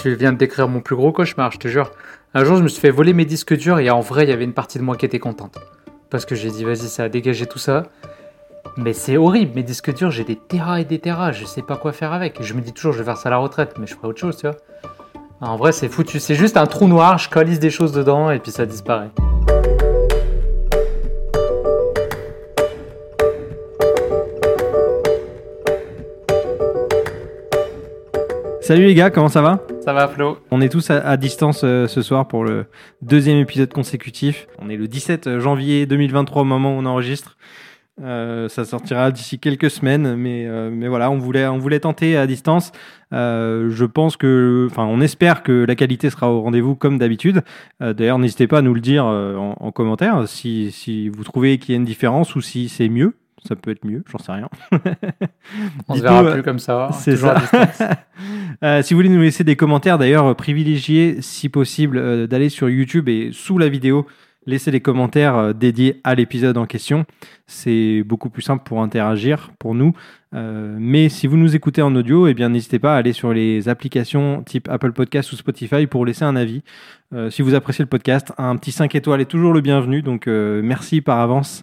tu viens de décrire mon plus gros cauchemar, je te jure. Un jour, je me suis fait voler mes disques durs et en vrai, il y avait une partie de moi qui était contente. Parce que j'ai dit, vas-y, ça a dégagé tout ça. Mais c'est horrible, mes disques durs, j'ai des terras et des terras, je sais pas quoi faire avec. Je me dis toujours, je vais faire ça à la retraite, mais je ferai autre chose, tu vois. En vrai, c'est foutu, c'est juste un trou noir, je colise des choses dedans et puis ça disparaît. Salut les gars, comment ça va ? Ça va, Flo ? On est tous à distance ce soir pour le deuxième épisode consécutif. On est le 17 janvier 2023 au moment où on enregistre. Ça sortira d'ici quelques semaines, mais voilà, on voulait tenter à distance. Je pense on espère que la qualité sera au rendez-vous comme d'habitude. D'ailleurs, n'hésitez pas à nous le dire en commentaire si vous trouvez qu'il y a une différence ou si c'est mieux. Ça peut être mieux, j'en sais rien. On se verra plus comme ça. C'est toujours ça. à distance. Si vous voulez nous laisser des commentaires, d'ailleurs, privilégiez, si possible, d'aller sur YouTube et sous la vidéo, laisser des commentaires dédiés à l'épisode en question. C'est beaucoup plus simple pour interagir pour nous. Mais si vous nous écoutez en audio, eh bien, n'hésitez pas à aller sur les applications type Apple Podcast ou Spotify pour laisser un avis. Si vous appréciez le podcast, un petit 5 étoiles est toujours le bienvenu. Donc, merci par avance.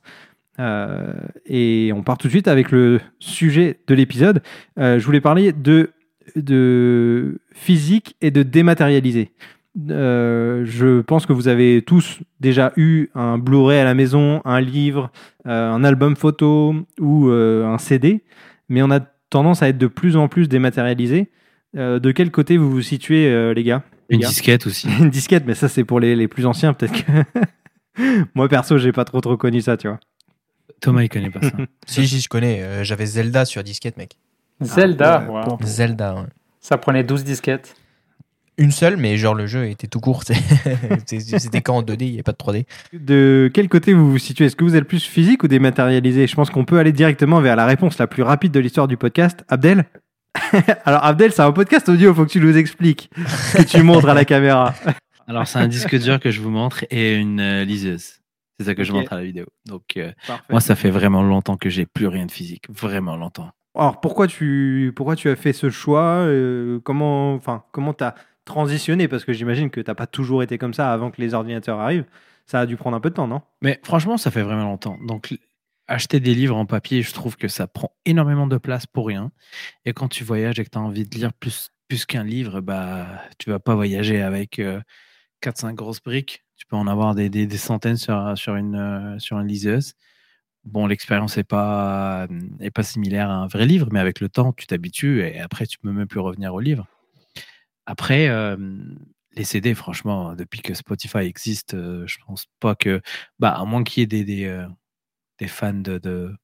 Et on part tout de suite avec le sujet de l'épisode. Je voulais parler de physique et de dématérialisé. Je pense que vous avez tous déjà eu un Blu-ray à la maison, un livre, un album photo ou un CD, mais on a tendance à être de plus en plus dématérialisé. De quel côté vous vous situez, les gars ? Une disquette aussi. Une disquette, mais ça c'est pour les plus anciens peut-être que... Moi perso j'ai pas trop connu ça, tu vois. Thomas, il connaît pas ça. Si, je connais. J'avais Zelda sur disquette, mec. Zelda, ouais. wow. Zelda, ouais. Ça prenait 12 disquettes. Une seule, mais genre le jeu était tout court. C'était quand en 2D, il n'y avait pas de 3D. De quel côté vous vous situez ? Est-ce que vous êtes plus physique ou dématérialisé ? Je pense qu'on peut aller directement vers la réponse la plus rapide de l'histoire du podcast. Abdel ? Alors Abdel, c'est un podcast audio, il faut que tu nous expliques, que tu montres à la caméra. Alors, c'est un disque dur que je vous montre et une liseuse. C'est ça que je montre à la vidéo. Donc, moi, ça fait vraiment longtemps que j'ai plus rien de physique. Vraiment longtemps. Alors, pourquoi tu as fait ce choix ? Comment t'as transitionné ? Parce que j'imagine que t'as pas toujours été comme ça avant que les ordinateurs arrivent. Ça a dû prendre un peu de temps, non ? Mais franchement, ça fait vraiment longtemps. Donc, acheter des livres en papier, je trouve que ça prend énormément de place pour rien. Et quand tu voyages et que tu as envie de lire plus qu'un livre, bah, tu vas pas voyager avec 4-5 grosses briques. Tu peux en avoir des centaines sur une liseuse. Bon, l'expérience n'est pas similaire à un vrai livre, mais avec le temps, tu t'habitues et après, tu peux même plus revenir au livre. Après, les CD, franchement, depuis que Spotify existe, je pense pas que... Bah, à moins qu'il y ait des fans de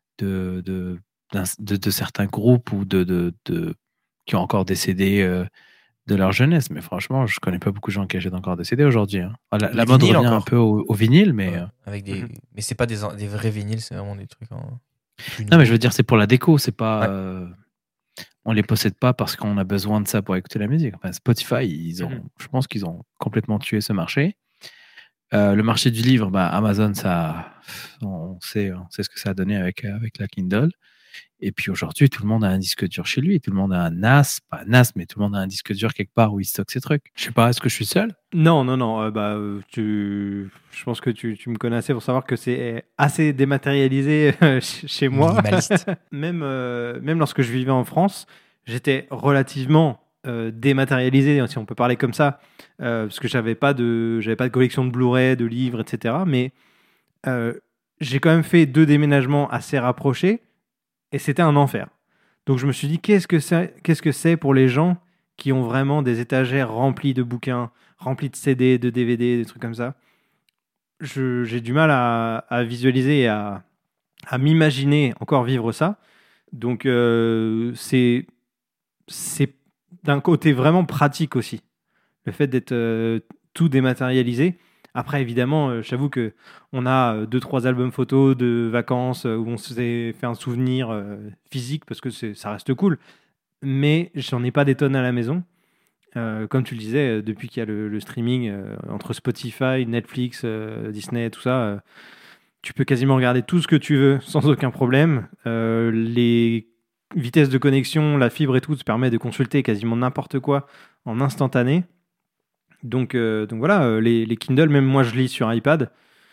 certains groupes ou qui ont encore des CD de leur jeunesse, mais franchement, je connais pas beaucoup de gens qui achètent encore des CD aujourd'hui. Hein. La mode revient encore. Un peu au vinyle, mais... Avec mais c'est pas des vrais vinyles, c'est vraiment des trucs... Non, mais je veux dire, c'est pour la déco, c'est pas... on les possède pas parce qu'on a besoin de ça pour écouter la musique. Enfin, Spotify, je pense qu'ils ont complètement tué ce marché. Le marché du livre, bah, Amazon, on sait ce que ça a donné avec la Kindle. Et puis aujourd'hui, tout le monde a un disque dur chez lui. Tout le monde a un NAS, pas un NAS, mais tout le monde a un disque dur quelque part où il stocke ses trucs. Je sais pas, est-ce que je suis seul ? Non. Je pense que tu me connais assez pour savoir que c'est assez dématérialisé chez moi. Minimaliste. Même lorsque je vivais en France, j'étais relativement dématérialisé, si on peut parler comme ça, parce que j'avais pas de collection de Blu-ray, de livres, etc. Mais j'ai quand même fait 2 déménagements assez rapprochés. Et c'était un enfer. Donc je me suis dit, qu'est-ce que c'est pour les gens qui ont vraiment des étagères remplies de bouquins, remplies de CD, de DVD, des trucs comme ça. J'ai du mal à visualiser et à m'imaginer encore vivre ça. Donc c'est d'un côté vraiment pratique aussi, le fait d'être tout dématérialisé. Après, évidemment, j'avoue qu'on a 2-3 albums photos de vacances où on s'est fait un souvenir physique parce que ça reste cool. Mais j'en ai pas des tonnes à la maison. Comme tu le disais, depuis qu'il y a le streaming entre Spotify, Netflix, Disney, tout ça, tu peux quasiment regarder tout ce que tu veux sans aucun problème. Les vitesse de connexion, la fibre et tout te permet de consulter quasiment n'importe quoi en instantané. Donc voilà, les Kindle, même moi je lis sur iPad,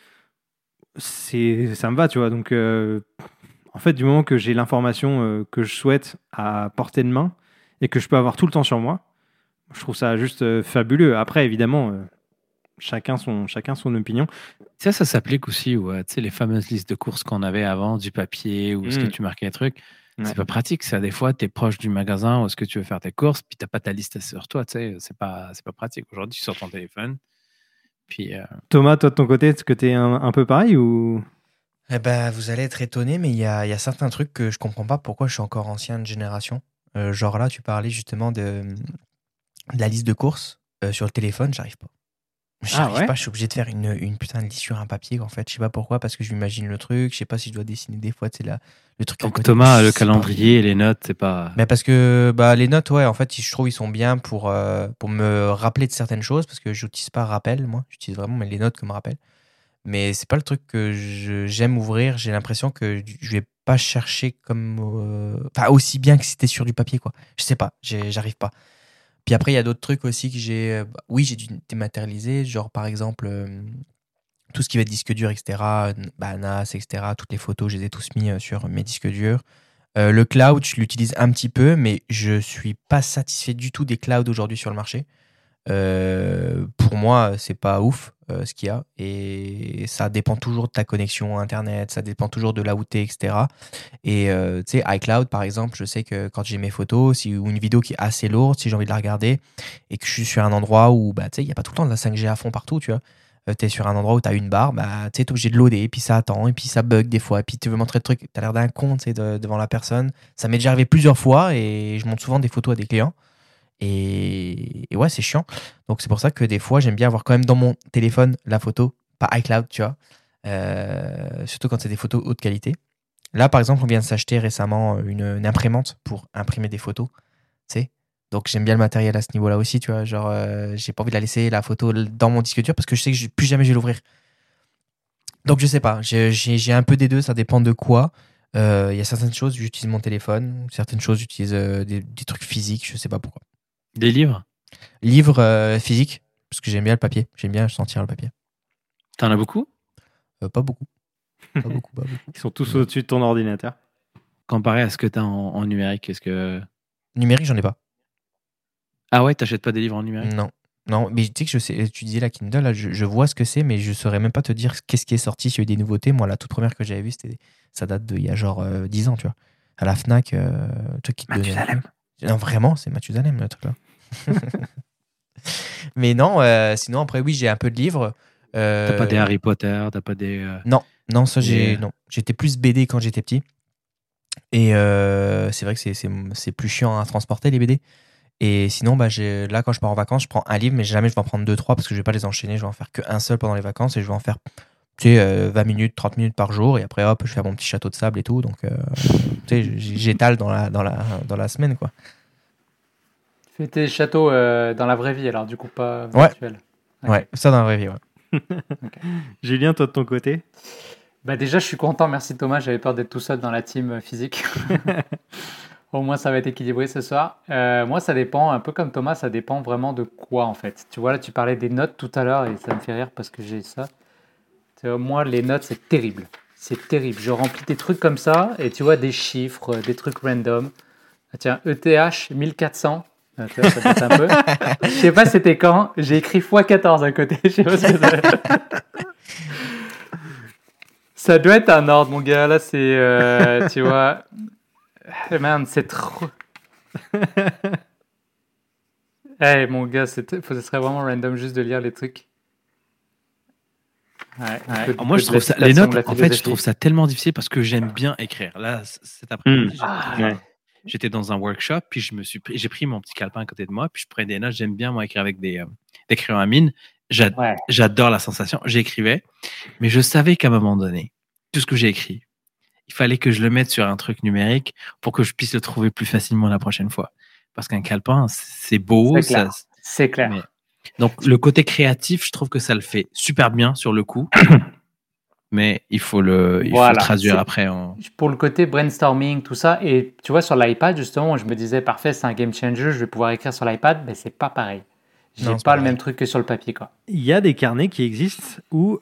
ça me va, tu vois. Donc en fait, du moment que j'ai l'information que je souhaite à portée de main et que je peux avoir tout le temps sur moi, je trouve ça juste fabuleux. Après, évidemment, chacun son opinion. Ça s'applique aussi tu sais, les fameuses listes de courses qu'on avait avant, du papier, où est-ce que tu marquais les trucs. Ouais. C'est pas pratique, ça. Des fois, tu es proche du magasin où est-ce que tu veux faire tes courses, puis tu n'as pas ta liste sur toi, tu sais. C'est pas pratique. Aujourd'hui, tu sors ton téléphone. Puis, Thomas, toi de ton côté, est-ce que tu es un peu pareil ou... Eh ben, vous allez être étonné, mais il y a certains trucs que je comprends pas pourquoi je suis encore ancienne génération. Genre là, tu parlais justement de la liste de courses sur le téléphone, j'arrive pas. J'arrive pas, je suis obligé de faire une putain de liste sur un papier, en fait. Je sais pas pourquoi, parce que je m'imagine le truc. Je sais pas si je dois dessiner des fois, c'est le truc. Donc Thomas, le calendrier et les notes, c'est pas... Mais parce que les notes, ouais, en fait, je trouve ils sont bien pour me rappeler de certaines choses, parce que j'utilise pas rappel, moi. J'utilise vraiment les notes comme rappel. Mais c'est pas le truc que j'aime ouvrir. J'ai l'impression que je vais pas chercher comme... Enfin, aussi bien que si c'était sur du papier, quoi. Je sais pas, j'arrive pas. Puis après, il y a d'autres trucs aussi que j'ai... oui, j'ai dû dématérialiser. Genre, par exemple, tout ce qui va être disque dur, etc. NAS, etc. Toutes les photos, je les ai tous mis sur mes disques durs. Le cloud, je l'utilise un petit peu, mais je suis pas satisfait du tout des clouds aujourd'hui sur le marché. Pour moi, c'est pas ouf ce qu'il y a. Et ça dépend toujours de ta connexion Internet, ça dépend toujours de là où t'es, etc. Et tu sais, iCloud, par exemple, je sais que quand j'ai mes photos ou une vidéo qui est assez lourde, si j'ai envie de la regarder et que je suis sur un endroit où tu sais, il n'y a pas tout le temps de la 5G à fond partout, tu vois. Tu es sur un endroit où tu as une barre, tu sais, tu es obligé de loader, et puis ça attend, et puis ça bug des fois, et puis tu veux montrer le truc, tu as l'air d'un con, tu sais, devant la personne. Ça m'est déjà arrivé plusieurs fois et je montre souvent des photos à des clients. Et ouais, c'est chiant. Donc c'est pour ça que des fois, j'aime bien avoir quand même dans mon téléphone la photo, pas iCloud, tu vois. Surtout quand c'est des photos haute qualité. Là, par exemple, on vient de s'acheter récemment une imprimante pour imprimer des photos, tu sais. Donc j'aime bien le matériel à ce niveau-là aussi, tu vois. Genre, j'ai pas envie de la laisser, la photo, dans mon disque dur parce que je sais que plus jamais je vais l'ouvrir. Donc je sais pas, j'ai un peu des deux, ça dépend de quoi. Il y a certaines choses, j'utilise mon téléphone. Certaines choses, j'utilise des trucs physiques, je sais pas pourquoi. Des livres? Livres physiques, parce que j'aime bien le papier. J'aime bien sentir le papier. T'en as beaucoup? Pas beaucoup. Pas beaucoup. Ils sont tous au-dessus de ton ordinateur. Comparé à ce que t'as en numérique, est-ce que... Numérique, j'en ai pas. Ah ouais, t'achètes pas des livres en numérique? Non, mais tu sais que je sais, tu disais la Kindle, là, je vois ce que c'est, mais je saurais même pas te dire qu'est-ce qui est sorti, s'il y a eu des nouveautés. Moi, la toute première que j'avais vue, ça date d'il y a genre 10 ans, tu vois. À la Fnac, le truc qui te donnait... Mathusalem. Non, vraiment, c'est Mathusalem, le truc là. Mais non, sinon, après, oui, j'ai un peu de livres. T'as pas des Harry Potter, t'as pas des... Non, ça, non. J'étais plus BD quand j'étais petit. Et c'est vrai que c'est plus chiant à transporter, les BD. Et sinon, là, quand je pars en vacances, je prends un livre, mais jamais je vais en prendre 2-3 parce que je vais pas les enchaîner. Je vais en faire qu'un seul pendant les vacances et je vais en faire 20 minutes, 30 minutes par jour. Et après, hop, je fais mon petit château de sable et tout. Donc, j'étale dans la semaine, quoi. Fais tes châteaux dans la vraie vie, alors du coup, pas virtuel. Ouais, ça dans la vraie vie, ouais. Okay. Julien, toi de ton côté? Déjà, je suis content, merci Thomas. J'avais peur d'être tout seul dans la team physique. Au moins, ça va être équilibré ce soir. Moi, ça dépend, un peu comme Thomas, ça dépend vraiment de quoi en fait. Tu vois, là, tu parlais des notes tout à l'heure et ça me fait rire parce que j'ai ça. Moi, les notes, c'est terrible. C'est terrible. Je remplis des trucs comme ça et tu vois, des chiffres, des trucs random. Ah, tiens, ETH 1400. Ah, tu vois, ça date un peu. Je sais pas c'était quand. J'ai écrit x14 à côté. Je sais pas ce que c'est. Ça doit être un ordre, mon gars. Là, c'est, tu vois... Merde, c'est trop... Hey, mon gars, ce serait vraiment random juste de lire les trucs. Ouais. Moi, je trouve ça... Les notes, en fait, je trouve ça tellement difficile parce que j'aime bien écrire. Là, cet après-midi, j'étais dans un workshop, puis j'ai pris mon petit calepin à côté de moi, puis je prenais des notes. J'aime bien, moi, écrire avec des crayons à mine. J'adore la sensation. J'écrivais, mais je savais qu'à un moment donné, tout ce que j'ai écrit, il fallait que je le mette sur un truc numérique pour que je puisse le trouver plus facilement la prochaine fois. Parce qu'un calepin, c'est beau. C'est clair. Donc, le côté créatif, je trouve que ça le fait super bien sur le coup. mais il faut le Voilà, traduire c'est- après en... Pour le côté brainstorming, tout ça, et tu vois, sur l'iPad, justement, je me disais, parfait, c'est un game changer, je vais pouvoir écrire sur l'iPad, mais c'est pas pareil. J'ai Non, c'est pas pas le pareil. même truc que sur le papier, quoi. Il y a des carnets qui existent où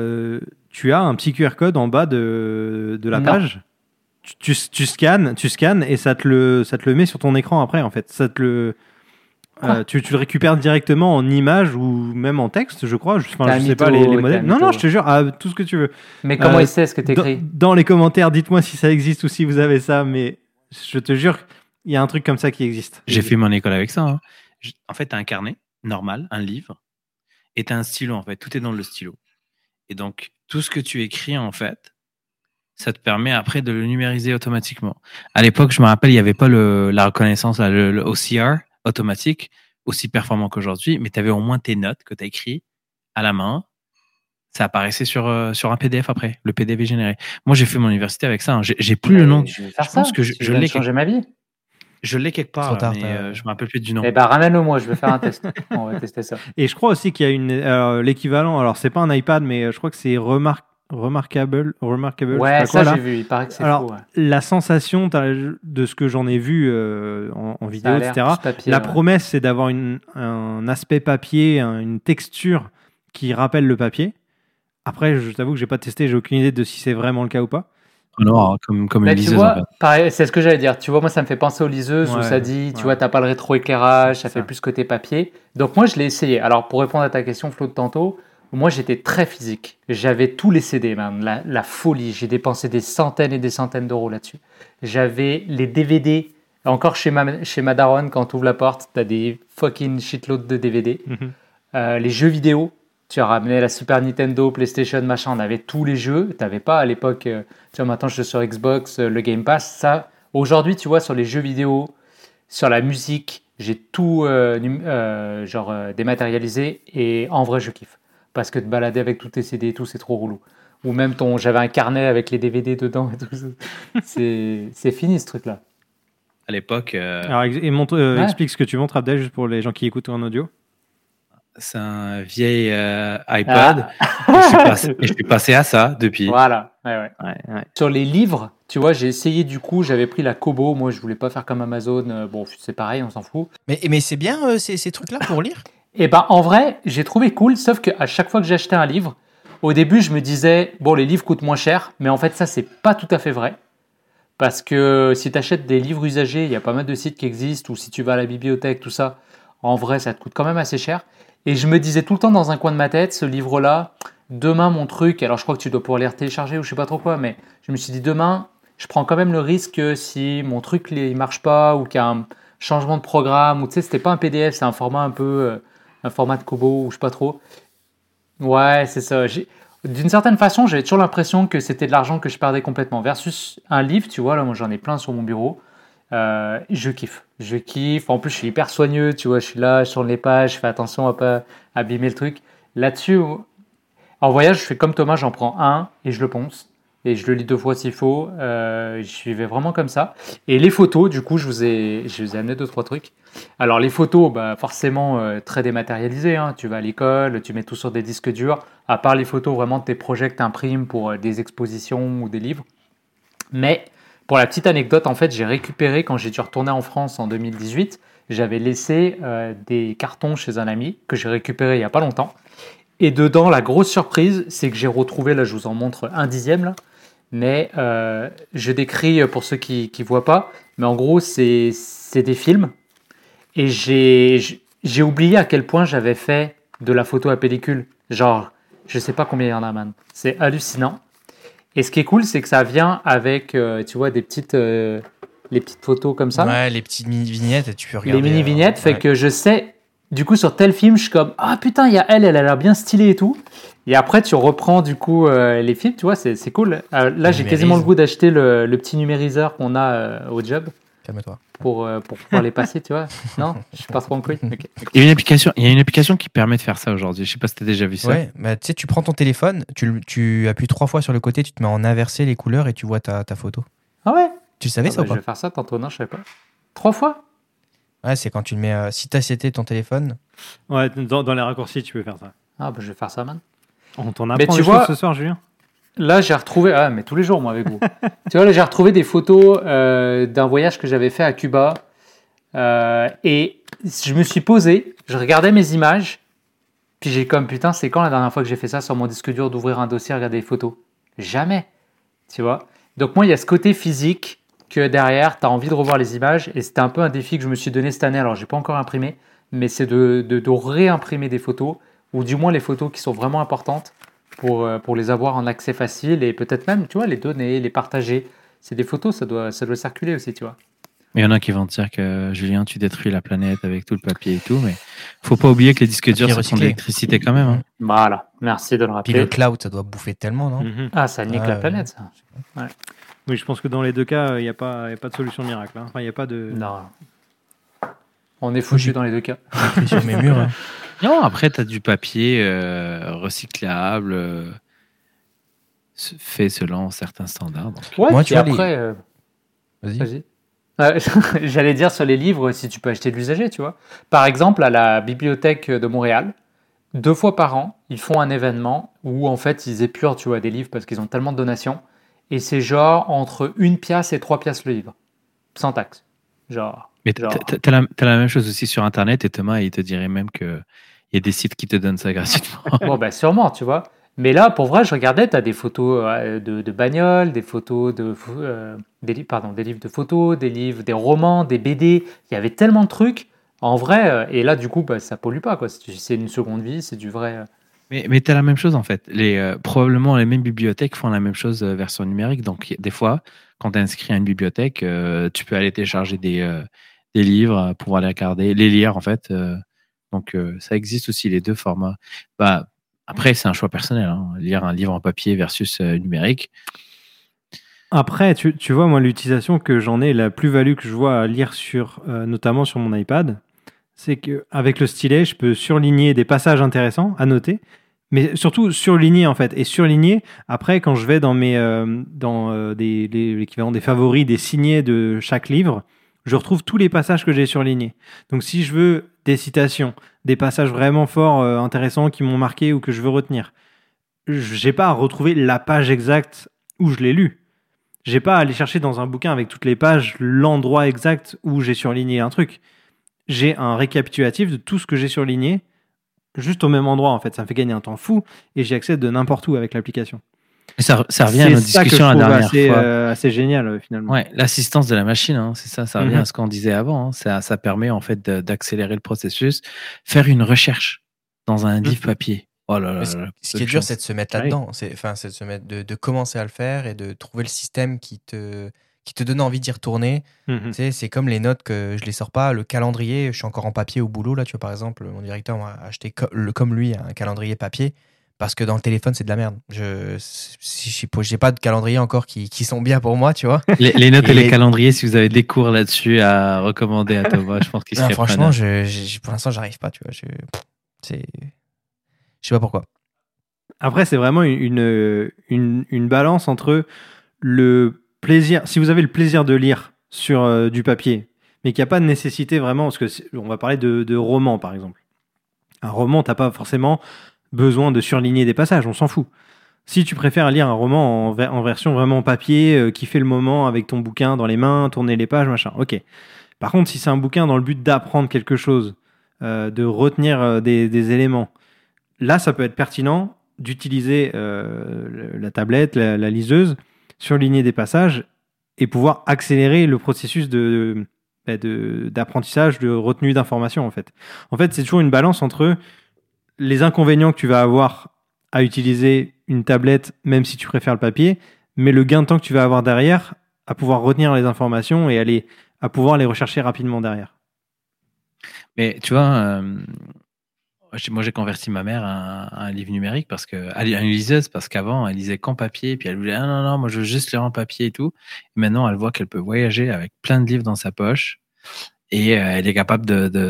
tu as un petit QR code en bas de la Non. page. Tu scannes et ça te le met sur ton écran après, en fait. Ça te le... Quoi tu le récupères directement en image ou même en texte, je crois. T'es un Je sais pas mytho, les t'es modèles. un Non, mytho. non, je te jure, tout ce que tu veux. Mais comment Euh, il sait ce que t'écris? Dans les commentaires, dites-moi si ça existe ou si vous avez ça, mais je te jure, il y a un truc comme ça qui existe. J'ai fait mon école avec ça. Hein. En fait, tu as un carnet normal, un livre, et tu as un stylo, en fait. Tout est dans le stylo. Et donc, tout ce que tu écris, en fait, ça te permet après de le numériser automatiquement. À l'époque, je me rappelle, il n'y avait pas la reconnaissance, là, le OCR automatique, aussi performant qu'aujourd'hui, mais tu avais au moins tes notes que tu as écrites à la main. Ça apparaissait sur un PDF après, le PDF est généré. Moi, j'ai fait mon université avec ça. Hein. J'ai plus le nom. Je vais faire Je pense ça. que Si je viens de l'ai changer ma vie. Je l'ai quelque part, Trop tard, mais t'as- je me rappelle plus du nom. Eh ben, ramène-le moi, je vais faire un test. On va tester ça. Et je crois aussi qu'il y a l'équivalent. Alors, c'est pas un iPad, mais je crois que c'est Remarkable. Ouais, je sais pas ça quoi, là. j'ai vu. Il paraît que c'est Alors, fou. Ouais. la sensation de ce que j'en ai vu en Ça vidéo, a l'air etc. plus papier, La ouais. promesse, c'est d'avoir un aspect papier, une texture qui rappelle le papier. Après, je t'avoue que j'ai pas testé, j'ai aucune idée de si c'est vraiment le cas ou pas. Non, hein, comme Là, une tu liseuse. en vois, fait. pareil, c'est ce que j'allais dire. Tu vois, moi, ça me fait penser aux liseuses où Ouais, ça dit, tu ouais. vois, t'as pas le rétroéclairage, ça C'est fait ça. plus côté papier. Donc, moi, je l'ai essayé. Alors, pour répondre à ta question, Flo, de tantôt, moi, j'étais très physique. J'avais tous les CD, man. La folie. J'ai dépensé des centaines et des centaines d'euros là-dessus. J'avais les DVD. Encore chez ma daronne, quand tu ouvres la porte, t'as des fucking shitloads de DVD. Les jeux vidéo, tu as ramené la Super Nintendo, PlayStation, machin, on avait tous les jeux. Tu n'avais pas à l'époque, tu vois, maintenant je suis sur Xbox, le Game Pass. Ça, aujourd'hui, tu vois, sur les jeux vidéo, sur la musique, j'ai tout dématérialisé et en vrai, je kiffe. Parce que te balader avec tous tes CD et tout, c'est trop relou. Ou même j'avais un carnet avec les DVD dedans et tout. C'est fini ce truc-là. À l'époque, Alors, explique ce que tu montres, Abdel, juste pour les gens qui écoutent en audio. c'est un vieil iPod. Et je suis passé à ça depuis. Voilà. Ouais. Ouais. Sur les livres, tu vois, j'ai essayé du coup, j'avais pris la Kobo. Moi, je voulais pas faire comme Amazon. Bon, c'est pareil, on s'en fout. Mais c'est bien ces trucs-là pour lire. Et ben, en vrai, j'ai trouvé cool, sauf qu'à chaque fois que j'achetais un livre, au début, je me disais, bon, les livres coûtent moins cher, mais en fait, ça, c'est pas tout à fait vrai. Parce que si tu achètes des livres usagés, il y a pas mal de sites qui existent, ou si tu vas à la bibliothèque, tout ça, en vrai, ça te coûte quand même assez cher. Et je me disais tout le temps dans un coin de ma tête, ce livre-là, demain, mon truc, alors je crois que tu dois pouvoir les télécharger ou je sais pas trop quoi, mais je me suis dit, demain, je prends quand même le risque que si mon truc il marche pas, ou qu'il y a un changement de programme, ou tu sais, c'était pas un PDF, c'est un format un peu, un format de Kobo, ou je sais pas trop. Ouais, c'est ça. D'une certaine façon, j'avais toujours l'impression que c'était de l'argent que je perdais complètement. Versus un livre, tu vois, là, moi j'en ai plein sur mon bureau. Je kiffe. Je kiffe. En plus, je suis hyper soigneux, tu vois, je suis là, je tourne les pages, je fais attention à pas abîmer le truc. Là-dessus, en voyage, je fais comme Thomas, j'en prends un et je le ponce. Et je le lis 2 fois s'il faut. Je vais vraiment comme ça. Et les photos, du coup, je vous ai amené 2-3 trucs. Alors, les photos, bah, forcément, très dématérialisées. Hein. Tu vas à l'école, tu mets tout sur des disques durs. À part les photos vraiment de tes projets que tu imprimes pour des expositions ou des livres. Mais pour la petite anecdote, en fait, j'ai récupéré, quand j'ai dû retourner en France en 2018, j'avais laissé des cartons chez un ami que j'ai récupéré il n'y a pas longtemps. Et dedans, la grosse surprise, c'est que j'ai retrouvé, là je vous en montre un dixième, là, mais je décris pour ceux qui ne voient pas, mais en gros, c'est des films. Et j'ai oublié à quel point j'avais fait de la photo à pellicule. Genre, je sais pas combien il y en a, man. C'est hallucinant. Et ce qui est cool, c'est que ça vient avec, tu vois, les petites photos comme ça. Ouais, les petites mini-vignettes, tu peux regarder. Les mini-vignettes, fait ouais. que je sais, du coup, sur tel film, je suis comme, ah putain, il y a elle a l'air bien stylée et tout. Et après, tu reprends, du coup, les films, tu vois, c'est cool. Là, j'ai quasiment le goût d'acheter le petit numériseur qu'on a au job Calme-toi. pour pouvoir les passer, tu vois. Non, je suis pas trop en couille. Ok. Il y a une application qui permet de faire ça aujourd'hui. Je sais pas si tu as déjà vu ça. Ouais, bah, tu sais, tu prends ton téléphone, tu appuies 3 fois sur le côté, tu te mets en inversé les couleurs et tu vois ta photo. Ah ouais? Tu le savais ça ou Je pas? vais faire ça tantôt, non, je savais pas. 3 fois? Ouais, c'est quand tu le mets. Si t'as c'était ton téléphone. Ouais, dans les raccourcis, tu peux faire ça. Ah bah je vais faire ça, man. On t'en Mais apprend tu des vois- choses ce soir, Julien. Là, j'ai retrouvé. Ah, mais tous les jours, moi, avec vous. Tu vois, là, j'ai retrouvé des photos d'un voyage que j'avais fait à Cuba. Et je me suis posé, je regardais mes images. Puis j'ai comme, putain, c'est quand la dernière fois que j'ai fait ça sur mon disque dur, d'ouvrir un dossier, regarder les photos? Jamais. Tu vois? Donc, moi, il y a ce côté physique que derrière, tu as envie de revoir les images. Et c'était un peu un défi que je me suis donné cette année. Alors, j'ai pas encore imprimé, mais c'est de réimprimer des photos, ou du moins les photos qui sont vraiment importantes pour les avoir en accès facile et peut-être même, tu vois, les donner, les partager. C'est des photos, ça doit circuler aussi, tu vois. Il y en a qui vont te dire que Julien, tu détruis la planète avec tout le papier et tout, mais faut pas oublier que les disques durs, ça prend de l'électricité quand même. Hein. Voilà, merci de le rappeler. Puis le cloud, ça doit bouffer tellement, non? Ah, ça nique la planète, ça. Ouais. Oui, je pense que dans les deux cas, il n'y a pas de solution miracle. Hein. Enfin, il n'y a pas de... Non. On est foutu dans les deux cas. J'écris sur mes murs. Hein. Non, après, tu as du papier recyclable, fait selon certains standards. Donc. Ouais, moi, puis tu vois, après... Vas-y. J'allais dire sur les livres, si tu peux acheter de l'usager, tu vois. Par exemple, à la bibliothèque de Montréal, 2 fois par an, ils font un événement où en fait ils épurent, tu vois, des livres parce qu'ils ont tellement de donations. Et c'est genre entre 1 pièce et 3 pièces le livre. Sans taxe. Mais t'as la même chose aussi sur Internet et Thomas, il te dirait même qu'il y a des sites qui te donnent ça gratuitement. Bon, ben sûrement, tu vois. Mais là, pour vrai, je regardais, tu as des photos de bagnoles, des photos des livres de photos, des livres, des romans, des BD. Il y avait tellement de trucs. En vrai, et là, du coup, bah, ça pollue pas, quoi. C'est une seconde vie, c'est du vrai. Mais tu as la même chose, en fait. Probablement, les mêmes bibliothèques font la même chose version numérique. Donc, des fois, quand tu es inscrit à une bibliothèque, tu peux aller télécharger des livres, pouvoir les regarder, les lire, en fait. Donc, ça existe aussi, les deux formats. Bah, après, c'est un choix personnel. Hein. Lire un livre en papier versus numérique. Après, tu vois, moi, l'utilisation que j'en ai, la plus-value que je vois à lire notamment sur mon iPad, c'est qu'avec le stylet, je peux surligner des passages intéressants à noter, mais surtout surligner, en fait. Et surligner, après, quand je vais dans l'équivalent des favoris, des signés de chaque livre, je retrouve tous les passages que j'ai surlignés. Donc, si je veux des citations, des passages vraiment forts, intéressants, qui m'ont marqué ou que je veux retenir, j'ai pas à retrouver la page exacte où je l'ai lu. J'ai pas à aller chercher dans un bouquin avec toutes les pages l'endroit exact où j'ai surligné un truc. J'ai un récapitulatif de tout ce que j'ai surligné juste au même endroit, en fait. Ça me fait gagner un temps fou et j'y accède de n'importe où avec l'application. Ça revient à notre discussion la dernière fois. Assez génial, finalement. Ouais, l'assistance de la machine, hein, c'est ça. Ça revient à ce qu'on disait avant. Hein. Ça permet en fait d'accélérer le processus. Faire une recherche dans un livre papier. Oh là là. Ce qui est dur, c'est de se mettre là-dedans. C'est de se mettre, de commencer à le faire et de trouver le système qui te donne envie d'y retourner. Tu sais, c'est comme les notes que je les sors pas. Le calendrier, je suis encore en papier au boulot. Là, tu vois, par exemple, mon directeur m'a acheté comme lui un calendrier papier. Parce que dans le téléphone, c'est de la merde. J'ai pas de calendrier encore qui sont bien pour moi, tu vois. Les notes et les calendriers, si vous avez des cours là-dessus à recommander à Thomas, je pense qu'il serait franchement, pour l'instant, j'arrive pas, tu vois. Je sais pas pourquoi. Après, c'est vraiment une balance entre le plaisir. Si vous avez le plaisir de lire sur du papier, mais qu'il n'y a pas de nécessité vraiment, parce que on va parler de romans, par exemple. Un roman, t'as pas forcément besoin de surligner des passages, on s'en fout. Si tu préfères lire un roman en version vraiment papier, qui fait le moment avec ton bouquin dans les mains, tourner les pages, machin, ok. Par contre, si c'est un bouquin dans le but d'apprendre quelque chose, de retenir des éléments, là, ça peut être pertinent d'utiliser la tablette, la liseuse, surligner des passages et pouvoir accélérer le processus d'apprentissage, de retenue d'informations, en fait. En fait, c'est toujours une balance entre les inconvénients que tu vas avoir à utiliser une tablette, même si tu préfères le papier, mais le gain de temps que tu vas avoir derrière à pouvoir retenir les informations et à pouvoir les rechercher rapidement derrière. Mais tu vois, moi j'ai converti ma mère à un livre numérique à une liseuse parce qu'avant elle lisait qu'en papier, puis elle voulait non, moi je veux juste lire en papier et tout. Et maintenant elle voit qu'elle peut voyager avec plein de livres dans sa poche et elle est capable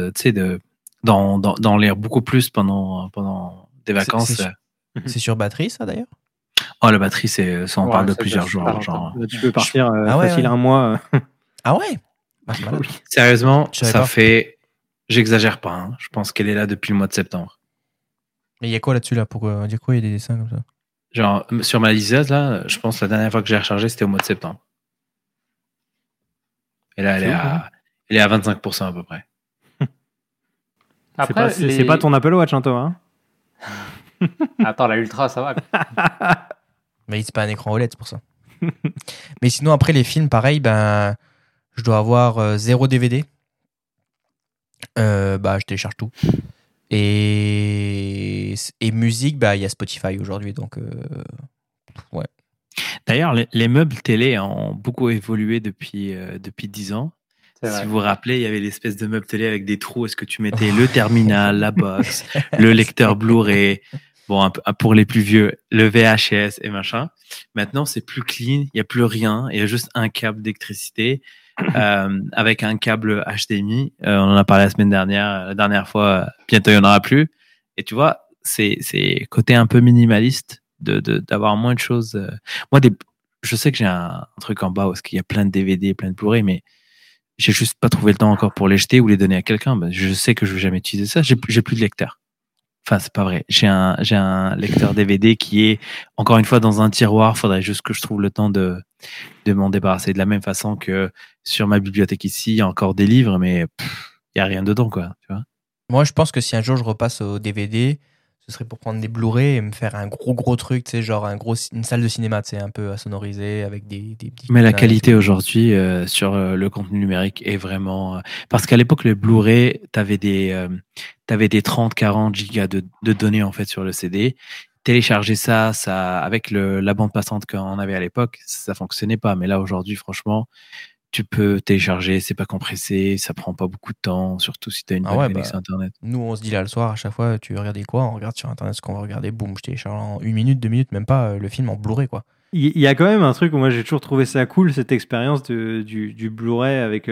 d'en lire beaucoup plus pendant des vacances. C'est sur batterie, ça, d'ailleurs? Oh, la batterie, ça on parle de plusieurs jours. Tu peux partir facile un mois. Ah ouais? Oui. Sérieusement, ça fait... J'exagère pas. Hein. Je pense qu'elle est là depuis le mois de septembre. Mais il y a quoi là-dessus, là? Pour dire quoi? Il y a des dessins comme ça? Genre, sur ma liseuse, là, je pense que la dernière fois que j'ai rechargé, c'était au mois de septembre. Et là, elle est à 25% à peu près. Après, c'est pas ton Apple Watch, hein, toi, hein. Attends, la Ultra, ça va. Quoi. Mais c'est pas un écran OLED, c'est pour ça. Mais sinon, après, les films, pareil, ben, je dois avoir 0 DVD. Bah, je télécharge tout. Et musique, bah, il y a Spotify aujourd'hui, donc ouais. D'ailleurs, les meubles télé ont beaucoup évolué depuis 10 ans. Si vous vous rappelez, il y avait l'espèce de meuble télé avec des trous. Est-ce que tu mettais le terminal, la box, le lecteur Blu-ray, bon, pour les plus vieux, le VHS et machin. Maintenant, c'est plus clean, il n'y a plus rien. Il y a juste un câble d'électricité avec un câble HDMI. On en a parlé la dernière fois. Bientôt, il n'y en aura plus. Et tu vois, c'est côté un peu minimaliste d'avoir moins de choses. Moi, je sais que j'ai un truc en bas parce qu'il y a plein de DVD, plein de Blu-ray, mais j'ai juste pas trouvé le temps encore pour les jeter ou les donner à quelqu'un. Ben, je sais que je vais jamais utiliser ça. J'ai plus de lecteur. Enfin, c'est pas vrai. J'ai un lecteur DVD qui est encore une fois dans un tiroir. Faudrait juste que je trouve le temps de m'en débarrasser. De la même façon que sur ma bibliothèque ici, il y a encore des livres, mais il y a rien dedans, quoi. Tu vois. Moi, je pense que si un jour je repasse au DVD, ce serait pour prendre des Blu-ray et me faire un gros truc, tu sais, genre une salle de cinéma, tu sais, un peu à sonoriser avec des petits. Mais la qualité aujourd'hui sur le contenu numérique est vraiment parce qu'à l'époque le Blu-ray, t'avais des 30-40 gigas de données en fait sur le CD. Télécharger ça avec la bande passante qu'on avait à l'époque, ça fonctionnait pas. Mais là aujourd'hui, franchement, tu peux télécharger, c'est pas compressé, ça prend pas beaucoup de temps, surtout si tu as une bonne connexion Internet. Nous, on se dit là le soir, à chaque fois, tu regardais quoi? On regarde sur Internet ce qu'on va regarder, boum, je télécharge en 1 minute, 2 minutes, même pas le film en Blu-ray, quoi. Il y a quand même un truc où moi j'ai toujours trouvé ça cool, cette expérience du Blu-ray avec,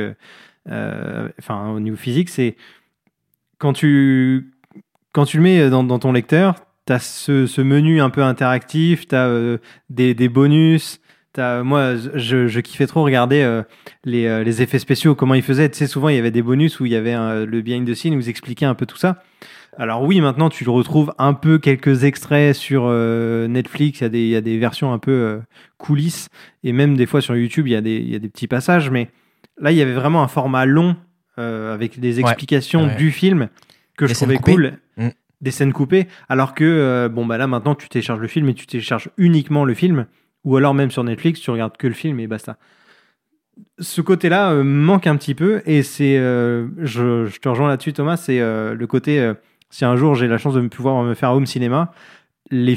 au niveau physique, c'est quand tu le mets dans ton lecteur, tu as ce menu un peu interactif, tu as des bonus. Moi, je kiffais trop regarder les effets spéciaux, comment ils faisaient. Tu sais, souvent, il y avait des bonus où il y avait le behind the scene où ils expliquaient un peu tout ça. Alors oui, maintenant, tu le retrouves un peu quelques extraits sur Netflix. Il y a des versions un peu coulisses. Et même des fois sur YouTube, il y a des petits passages. Mais là, il y avait vraiment un format long avec des explications du film que je trouvais cool. Des scènes coupées. Alors que, là, maintenant, tu télécharges le film et tu télécharges uniquement le film. Ou alors même sur Netflix, tu regardes que le film et basta. Ce côté-là manque un petit peu et c'est, je te rejoins là-dessus Thomas, c'est le côté, si un jour j'ai la chance de pouvoir me faire home cinéma, mes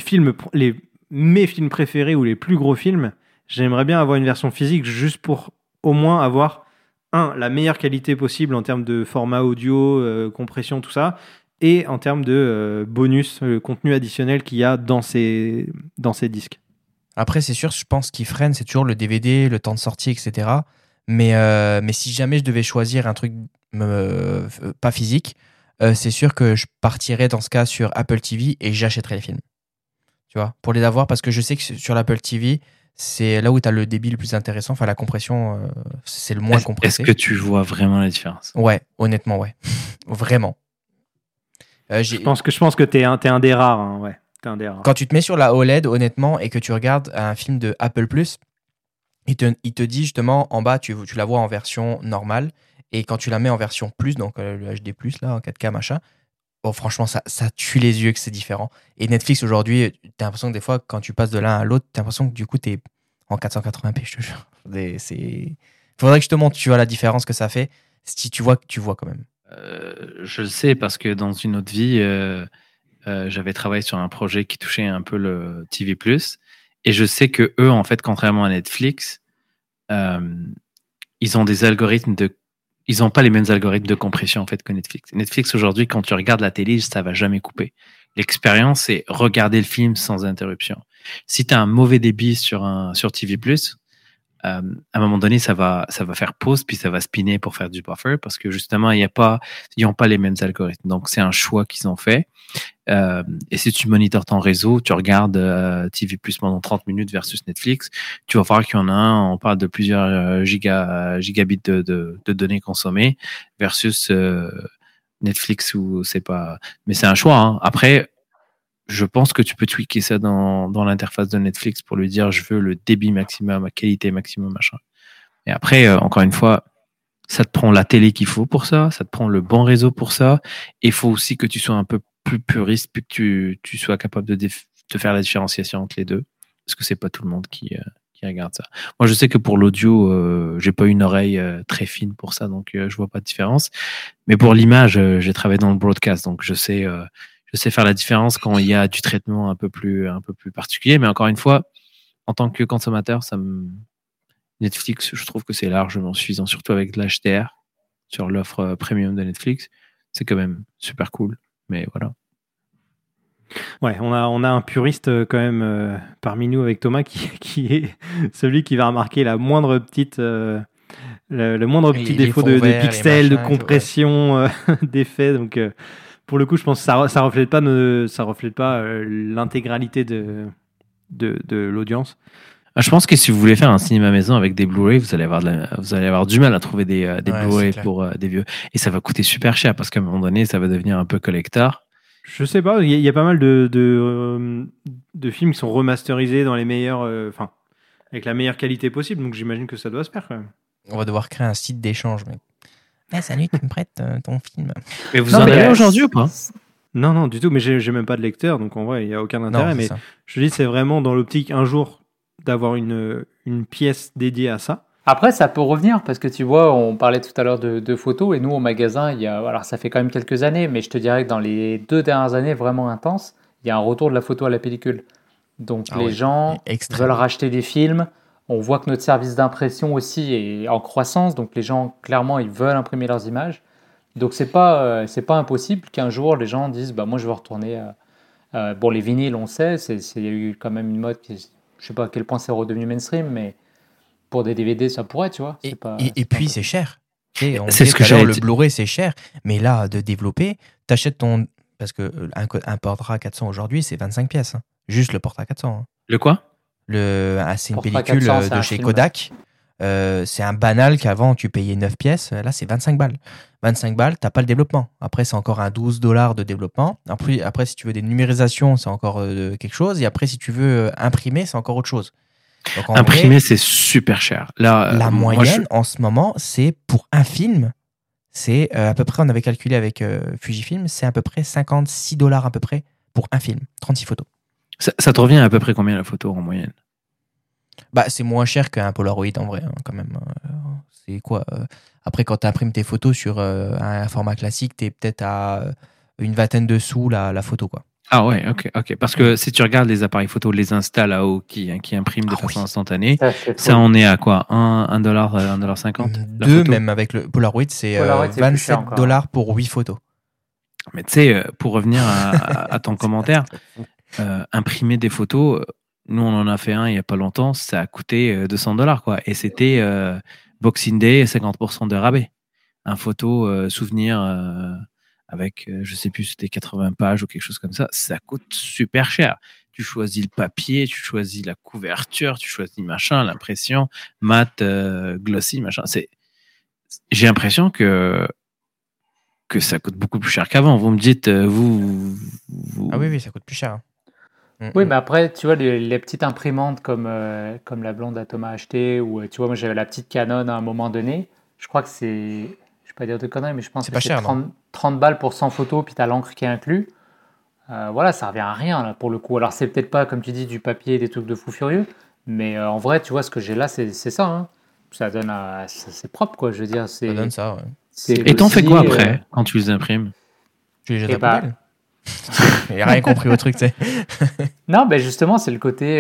films préférés ou les plus gros films, j'aimerais bien avoir une version physique juste pour au moins avoir la meilleure qualité possible en termes de format audio, compression, tout ça, et en termes de bonus, contenu additionnel qu'il y a dans ces disques. Après, c'est sûr, je pense qu'il freine, c'est toujours le DVD, le temps de sortie, etc. Mais si jamais je devais choisir un truc pas physique, c'est sûr que je partirais dans ce cas sur Apple TV et j'achèterais les films. Tu vois, pour les avoir, parce que je sais que sur l'Apple TV, c'est là où tu as le débit le plus intéressant. Enfin, la compression, c'est le moins compressé. Est-ce que tu vois vraiment la différence? Ouais, honnêtement, ouais. Vraiment. Je pense que t'es un des rares, hein, ouais. Quand tu te mets sur la OLED, honnêtement, et que tu regardes un film de Apple+, il te dit justement, en bas, tu la vois en version normale, et quand tu la mets en version plus, donc le HD+, là, en 4K, machin, oh, franchement, ça tue les yeux que c'est différent. Et Netflix, aujourd'hui, t'as l'impression que des fois, quand tu passes de l'un à l'autre, t'as l'impression que du coup, t'es en 480p, je te jure. Faudrait que je te montre, tu vois la différence que ça fait. Si tu vois quand même. Je le sais, parce que dans une autre vie... j'avais travaillé sur un projet qui touchait un peu le TV+, et je sais que eux, en fait, contrairement à Netflix, ils ont des algorithmes ils n'ont pas les mêmes algorithmes de compression en fait que Netflix. Netflix aujourd'hui, quand tu regardes la télé, ça va jamais couper. L'expérience, c'est regarder le film sans interruption. Si tu as un mauvais débit sur TV+, à un moment donné, ça va faire pause, puis ça va spinner pour faire du buffer, parce que justement, ils n'ont pas les mêmes algorithmes. Donc, c'est un choix qu'ils ont fait. Et si tu monitores ton réseau, tu regardes TV+ pendant 30 minutes versus Netflix, tu vas voir qu'il y en a un, on parle de plusieurs gigabits de données consommées versus Netflix où c'est pas... Mais c'est un choix, hein. Après, je pense que tu peux tweaker ça dans l'interface de Netflix pour lui dire je veux le débit maximum, la qualité maximum, machin. Et après, encore une fois, ça te prend la télé qu'il faut pour ça, ça te prend le bon réseau pour ça. Et il faut aussi que tu sois un peu plus puriste, puis que tu sois capable de faire la différenciation entre les deux. Parce que c'est pas tout le monde qui regarde ça. Moi, je sais que pour l'audio, j'ai pas une oreille très fine pour ça, donc je vois pas de différence. Mais pour l'image, j'ai travaillé dans le broadcast, donc je sais faire la différence quand il y a du traitement un peu plus particulier. Mais encore une fois, en tant que consommateur, Netflix, je trouve que c'est largement suffisant, surtout avec de l'HDR sur l'offre premium de Netflix. C'est quand même super cool. Mais voilà. Ouais, on a un puriste quand même parmi nous avec Thomas qui est celui qui va remarquer la moindre petite, le moindre petit Les défaut fonds de verts, les pixels, de machins, compression, d'effets. Donc, pour le coup, je pense que ça reflète pas, l'intégralité de l'audience. Je pense que si vous voulez faire un cinéma maison avec des Blu-ray, vous allez avoir du mal à trouver des Blu-ray pour des vieux. Et ça va coûter super cher parce qu'à un moment donné, ça va devenir un peu collector. Je sais pas, il y a pas mal de films qui sont remasterisés dans les meilleurs, avec la meilleure qualité possible. Donc j'imagine que ça doit se faire quand même. On va devoir créer un site d'échange, mec. Eh, salut, tu me prêtes ton film? Mais vous en avez aujourd'hui ou pas? Non, du tout. Mais j'ai même pas de lecteur, donc en vrai, il y a aucun intérêt. Non, mais ça. je dis, c'est vraiment dans l'optique un jour d'avoir une pièce dédiée à ça. Après, ça peut revenir parce que tu vois, on parlait tout à l'heure de photos et nous au magasin, alors ça fait quand même quelques années, mais je te dirais que dans les 2 dernières années vraiment intenses, il y a un retour de la photo à la pellicule. Donc les gens veulent racheter des films. On voit que notre service d'impression aussi est en croissance, donc les gens clairement ils veulent imprimer leurs images. Donc c'est pas impossible qu'un jour les gens disent bah moi je veux retourner. Bon les vinyles on sait, il y a eu quand même une mode qui, je sais pas à quel point c'est redevenu mainstream, mais pour des DVD, ça pourrait, tu vois. Et puis, c'est cher. Tu sais, C'est ce que j'ai. Le Blu-ray, c'est cher. Mais là, de développer, t'achètes ton. Parce qu'un Portra 400 aujourd'hui, c'est 25 pièces. Hein. Juste le Portra 400. Hein. Le quoi? C'est une Portra pellicule 400, de chez Kodak. C'est un banal qu'avant, tu payais 9 pièces. Là, c'est 25 balles. 25 balles, t'as pas le développement. Après, c'est encore un $12 de développement. Après, si tu veux des numérisations, c'est encore quelque chose. Et après, si tu veux imprimer, c'est encore autre chose. Donc, imprimer, c'est super cher. Là, la moyenne, en ce moment, c'est pour un film, c'est à peu près, on avait calculé avec Fujifilm, c'est à peu près $56 à peu près pour un film, 36 photos. Ça te revient à peu près combien la photo en moyenne? Bah, c'est moins cher qu'un Polaroid en vrai, hein, quand même. C'est quoi Après, quand tu imprimes tes photos sur un format classique, tu es peut-être à une vingtaine de sous la photo, quoi. Ah ouais, ok. Parce que si tu regardes les appareils photo, les Insta là-haut qui impriment de façon instantanée, ça on est à quoi? $1, $1,50? Deux, même avec le Polaroid, c'est $27 pour 8 photos. Mais tu sais, pour revenir à ton commentaire, imprimer des photos, nous on en a fait un il n'y a pas longtemps, ça a coûté $200 quoi. Et c'était Boxing Day, 50% de rabais. Un photo souvenir avec, je sais plus, c'était 80 pages ou quelque chose comme ça coûte super cher. Tu choisis le papier, tu choisis la couverture, tu choisis machin, l'impression, mat, glossy, machin. J'ai l'impression que ça coûte beaucoup plus cher qu'avant. Vous me dites, vous... Ah oui, ça coûte plus cher. Oui, mais après, tu vois, les petites imprimantes comme la blonde à Thomas a acheté, ou tu vois, moi j'avais la petite Canon à un moment donné, je crois que c'est... Je vais pas dire de conneries, mais je pense que c'est 30 balles pour 100 photos, puis tu as l'encre qui est inclus. Voilà, ça revient à rien là, pour le coup. Alors, c'est peut-être pas, comme tu dis, du papier, des trucs de fou furieux, mais en vrai, tu vois, ce que j'ai là, c'est ça. Hein. Ça donne c'est propre, quoi. Je veux dire, ça donne ça, ouais. Et t'en fais quoi après, quand tu les imprimes? Tu les jettes à poubelle. Il n'a rien compris au truc, tu sais. Non, ben justement, c'est le côté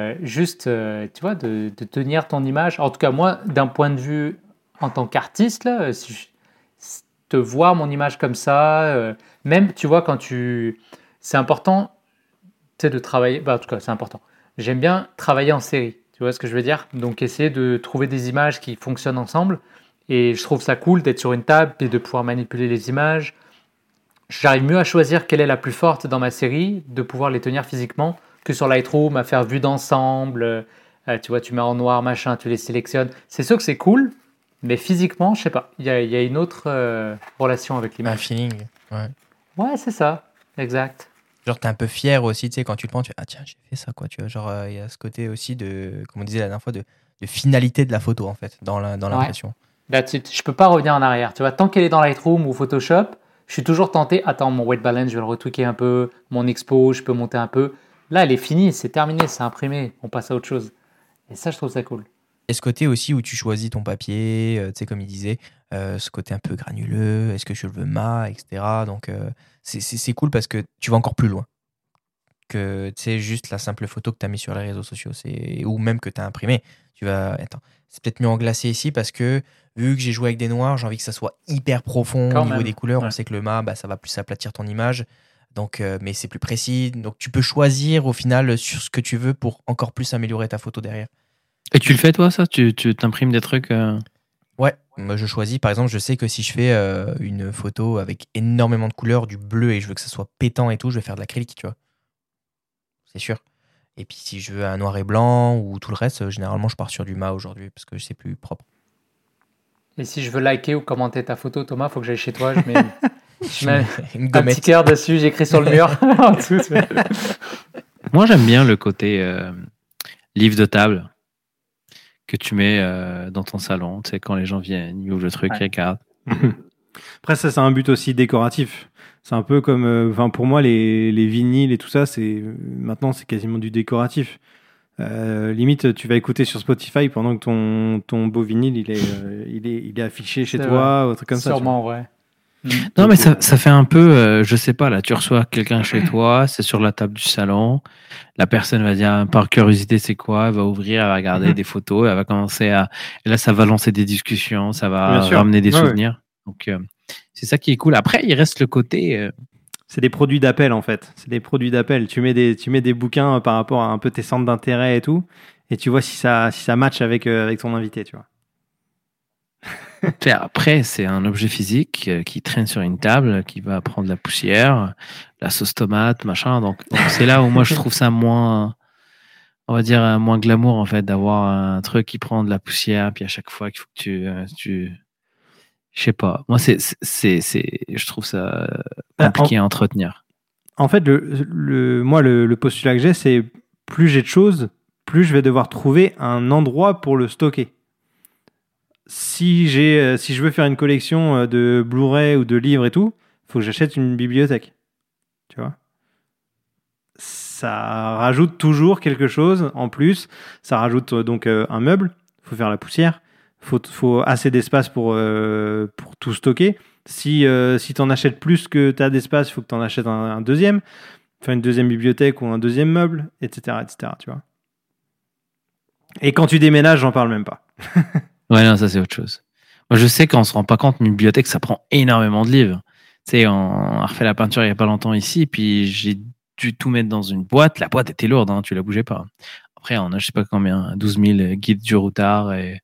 tu vois, de tenir ton image. En tout cas, moi, d'un point de vue en tant qu'artiste, là, te voir mon image comme ça, même, tu vois, c'est important, tu sais, de travailler. En tout cas, c'est important. J'aime bien travailler en série. Tu vois ce que je veux dire? Donc, essayer de trouver des images qui fonctionnent ensemble. Et je trouve ça cool d'être sur une table et de pouvoir manipuler les images. J'arrive mieux à choisir quelle est la plus forte dans ma série, de pouvoir les tenir physiquement, que sur Lightroom, à faire vue d'ensemble. Tu vois, tu mets en noir, machin, tu les sélectionnes. C'est sûr que c'est cool, mais physiquement, je sais pas. Il y a une autre relation avec l'image. Un feeling, ouais. Ouais, c'est ça, exact. Genre, t'es un peu fier aussi, tu sais, quand tu le prends, tu fais, ah tiens, j'ai fait ça, quoi. Tu vois, genre, il y a ce côté aussi de, comme on disait la dernière fois, de finalité de la photo, en fait, dans l'impression. Là-dessus, je peux pas revenir en arrière. Tu vois, tant qu'elle est dans Lightroom ou Photoshop, je suis toujours tenté. Attends, mon white balance, je vais le retweaker un peu. Mon expo, je peux monter un peu. Là, elle est finie, c'est terminé, c'est imprimé. On passe à autre chose. Et ça, je trouve ça cool. Et ce côté aussi où tu choisis ton papier, tu sais, comme il disait, ce côté un peu granuleux, est-ce que je le veux mat, etc. Donc, c'est cool parce que tu vas encore plus loin que, tu sais, juste la simple photo que tu as mis sur les réseaux sociaux, ou même que tu as imprimé. Tu vas, attends, c'est peut-être mieux en glacé ici parce que vu que j'ai joué avec des noirs, j'ai envie que ça soit hyper profond au niveau des couleurs. Ouais. On sait que le mat, bah, ça va plus aplatir ton image. Donc, mais c'est plus précis. Donc, tu peux choisir au final sur ce que tu veux pour encore plus améliorer ta photo derrière. Et tu le fais, toi, ça? Tu t'imprimes des trucs Ouais, moi je choisis. Par exemple, je sais que si je fais une photo avec énormément de couleurs, du bleu, et je veux que ça soit pétant et tout, je vais faire de l'acrylique, tu vois. C'est sûr. Et puis si je veux un noir et blanc ou tout le reste, généralement je pars sur du mat aujourd'hui parce que c'est plus propre. Et si je veux liker ou commenter ta photo, Thomas, il faut que j'aille chez toi. Je mets un petit cœur dessus, j'écris sur le mur. En dessous. Moi, j'aime bien le côté livre de table que tu mets dans ton salon. Tu sais, quand les gens viennent, ils ouvrent le truc, ils regardent. Après, ça, c'est un but aussi décoratif. C'est un peu comme, pour moi, les vinyles et tout ça, maintenant, c'est quasiment du décoratif. Limite, tu vas écouter sur Spotify pendant que ton beau vinyle, il est affiché chez toi, ou un truc comme ça. Sûrement, ouais. Non, mais ça fait un peu, je sais pas, là, tu reçois quelqu'un chez toi, c'est sur la table du salon, la personne va dire, par curiosité, c'est quoi? Elle va ouvrir, elle va regarder des photos, elle va commencer et là, ça va lancer des discussions, ça va ramener des souvenirs. Ouais. Donc, c'est ça qui est cool. Après, il reste le côté... C'est des produits d'appel, en fait. C'est des produits d'appel. Tu mets des bouquins par rapport à un peu tes centres d'intérêt et tout, et tu vois si ça match avec ton invité, tu vois. Après, c'est un objet physique qui traîne sur une table, qui va prendre la poussière, la sauce tomate, machin. Donc c'est là où moi je trouve ça moins, on va dire, moins glamour en fait, d'avoir un truc qui prend de la poussière, puis à chaque fois qu'il faut que tu... Je sais pas. Moi, je trouve ça compliqué à entretenir. En fait, moi, le postulat que j'ai, c'est plus j'ai de choses, plus je vais devoir trouver un endroit pour le stocker. Si je veux faire une collection de Blu-ray ou de livres et tout, il faut que j'achète une bibliothèque. Tu vois ? Ça rajoute toujours quelque chose en plus. Ça rajoute donc un meuble. Il faut faire la poussière. Il faut assez d'espace pour tout stocker. Si tu en achètes plus que tu as d'espace, il faut que tu en achètes un deuxième. Faire une deuxième bibliothèque ou un deuxième meuble, etc. tu vois. Et quand tu déménages, j'en parle même pas. Ouais, non, ça c'est autre chose. Moi, je sais qu'on se rend pas compte, une bibliothèque, ça prend énormément de livres. Tu sais, on a refait la peinture il y a pas longtemps ici, puis j'ai dû tout mettre dans une boîte. La boîte était lourde, hein, tu la bougeais pas. Après, on a je sais pas combien, 12 000 guides du routard et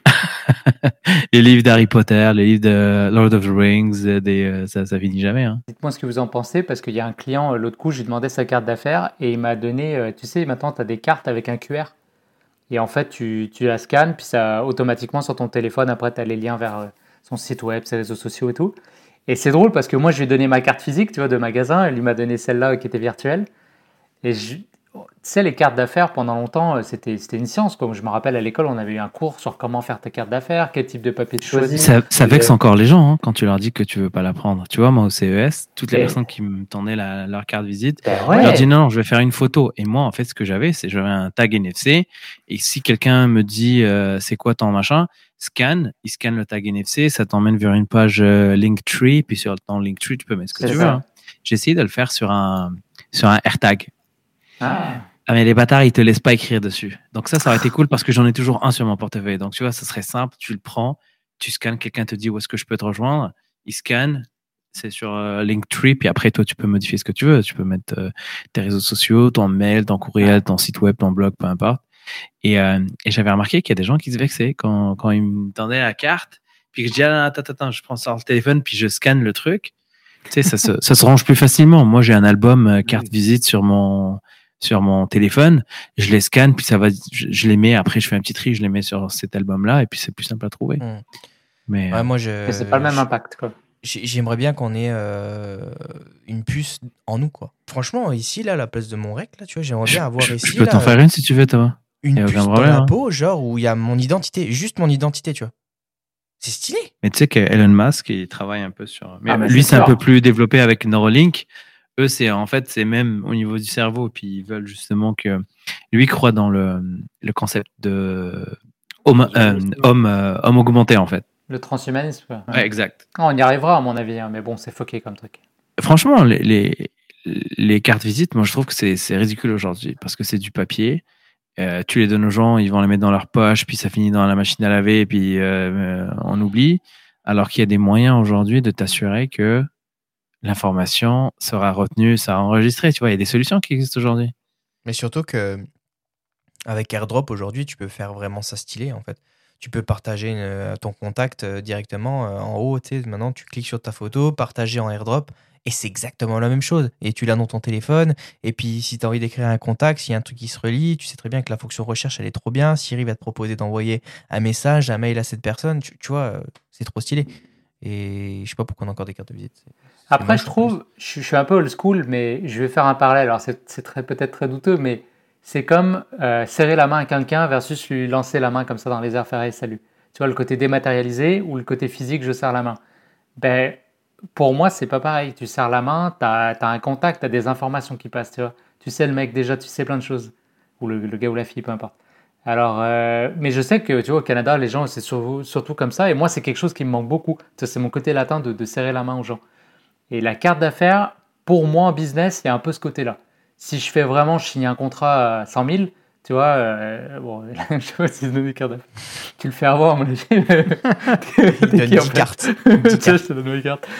les livres d'Harry Potter, les livres de Lord of the Rings, ça finit jamais. Hein. Dites-moi ce que vous en pensez, parce qu'il y a un client, l'autre coup, je lui demandais sa carte d'affaires et il m'a donné, tu sais, maintenant tu as des cartes avec un QR. Et en fait, tu la scannes, puis ça automatiquement sur ton téléphone, après tu as les liens vers son site web, ses réseaux sociaux et tout. Et c'est drôle parce que moi, je lui ai donné ma carte physique, tu vois, de magasin, elle lui m'a donné celle-là qui était virtuelle. Et tu sais, les cartes d'affaires, pendant longtemps, c'était une science. Comme je me rappelle, à l'école, on avait eu un cours sur comment faire ta carte d'affaires, quel type de papier tu choisis. Ça vexe encore les gens hein, quand tu leur dis que tu veux pas la prendre. Tu vois, moi au CES, toutes les personnes qui me tendaient leur carte visite, je leur dis non, je vais faire une photo. Et moi, en fait, ce que j'avais un tag NFC. Et si quelqu'un me dit c'est quoi ton machin, il scanne le tag NFC, ça t'emmène vers une page Linktree. Puis sur ton Linktree, tu peux mettre ce que tu veux. Hein. J'ai essayé de le faire sur un AirTag. Ah, mais les bâtards, ils te laissent pas écrire dessus. Donc ça aurait été cool parce que j'en ai toujours un sur mon portefeuille. Donc tu vois, ça serait simple. Tu le prends, tu scannes, quelqu'un te dit où est-ce que je peux te rejoindre. Il scanne, c'est sur Linktree. Puis après, toi, tu peux modifier ce que tu veux. Tu peux mettre tes réseaux sociaux, ton mail, ton courriel, ton site web, ton blog, peu importe. Et j'avais remarqué qu'il y a des gens qui se vexaient quand ils me tendaient la carte. Puis que je dis, attends, je prends ça sur le téléphone, puis je scanne le truc. Tu sais, ça se range plus facilement. Moi, j'ai un album carte visite sur mon téléphone, je les scanne, puis ça va, je les mets, après je fais un petit tri, je les mets sur cet album-là, et puis c'est plus simple à trouver. Mais ouais, moi c'est pas le même impact, quoi. J'aimerais bien qu'on ait une puce en nous, quoi. Franchement, ici, là, à la place de mon rec, là, tu vois, j'aimerais bien avoir Je ici peux t'en là, faire une si tu veux, Thomas. une y a puce aucun dans problème, la hein. peau, genre où il y a mon identité, juste mon identité, tu vois. C'est stylé. Mais tu sais qu'Elon Musk, il travaille un peu sur. Mais mais lui, c'est c'est un sûr. peu plus développé avec Neuralink. Eux, c'est même au niveau du cerveau. Puis ils veulent justement que. Lui croit dans le concept de homme augmenté, en fait. Le transhumanisme, quoi. Ouais, exact. Ah, on y arrivera, à mon avis, hein, mais bon, c'est fucké comme truc. Franchement, les cartes visite, moi, je trouve que c'est ridicule aujourd'hui parce que c'est du papier. Tu les donnes aux gens, ils vont les mettre dans leur poche, puis ça finit dans la machine à laver, et puis on oublie. Alors qu'il y a des moyens aujourd'hui de t'assurer que l'information sera retenue, sera enregistrée. Tu vois, il y a des solutions qui existent aujourd'hui. Mais surtout que avec AirDrop aujourd'hui, tu peux faire vraiment ça stylé en fait. Tu peux partager ton contact directement en haut. Tu sais, maintenant, tu cliques sur ta photo, partager en AirDrop, et c'est exactement la même chose. Et tu l'as dans ton téléphone. Et puis, si tu as envie d'écrire un contact, s'il y a un truc qui se relie, tu sais très bien que la fonction recherche, elle est trop bien. Siri va te proposer d'envoyer un message, un mail à cette personne. Tu vois, c'est trop stylé. Et je sais pas pourquoi on a encore des cartes de visite. Après, moche, je trouve, je suis un peu old school, mais je vais faire un parallèle. Alors, c'est peut-être très douteux, mais c'est comme serrer la main à quelqu'un versus lui lancer la main comme ça dans les airs, faire hey, salut. Tu vois, le côté dématérialisé ou le côté physique, je serre la main. Ben, pour moi, c'est pas pareil. Tu serres la main, tu as un contact, tu as des informations qui passent, tu vois. Tu sais le mec déjà, tu sais plein de choses. Ou le gars ou la fille, peu importe. Alors, mais je sais que, tu vois, au Canada, les gens, c'est surtout comme ça. Et moi, c'est quelque chose qui me manque beaucoup. Tu vois, c'est mon côté latin de serrer la main aux gens. Et la carte d'affaires, pour moi en business, il y a un peu ce côté-là. Si je fais vraiment, je signe un contrat à 100 000, tu vois, bon, je sais pas si je donne des cartes d'affaires. Tu le fais avoir, à mon avis. Il donne 10 cartes. 10 Tiens, je te donne mes cartes.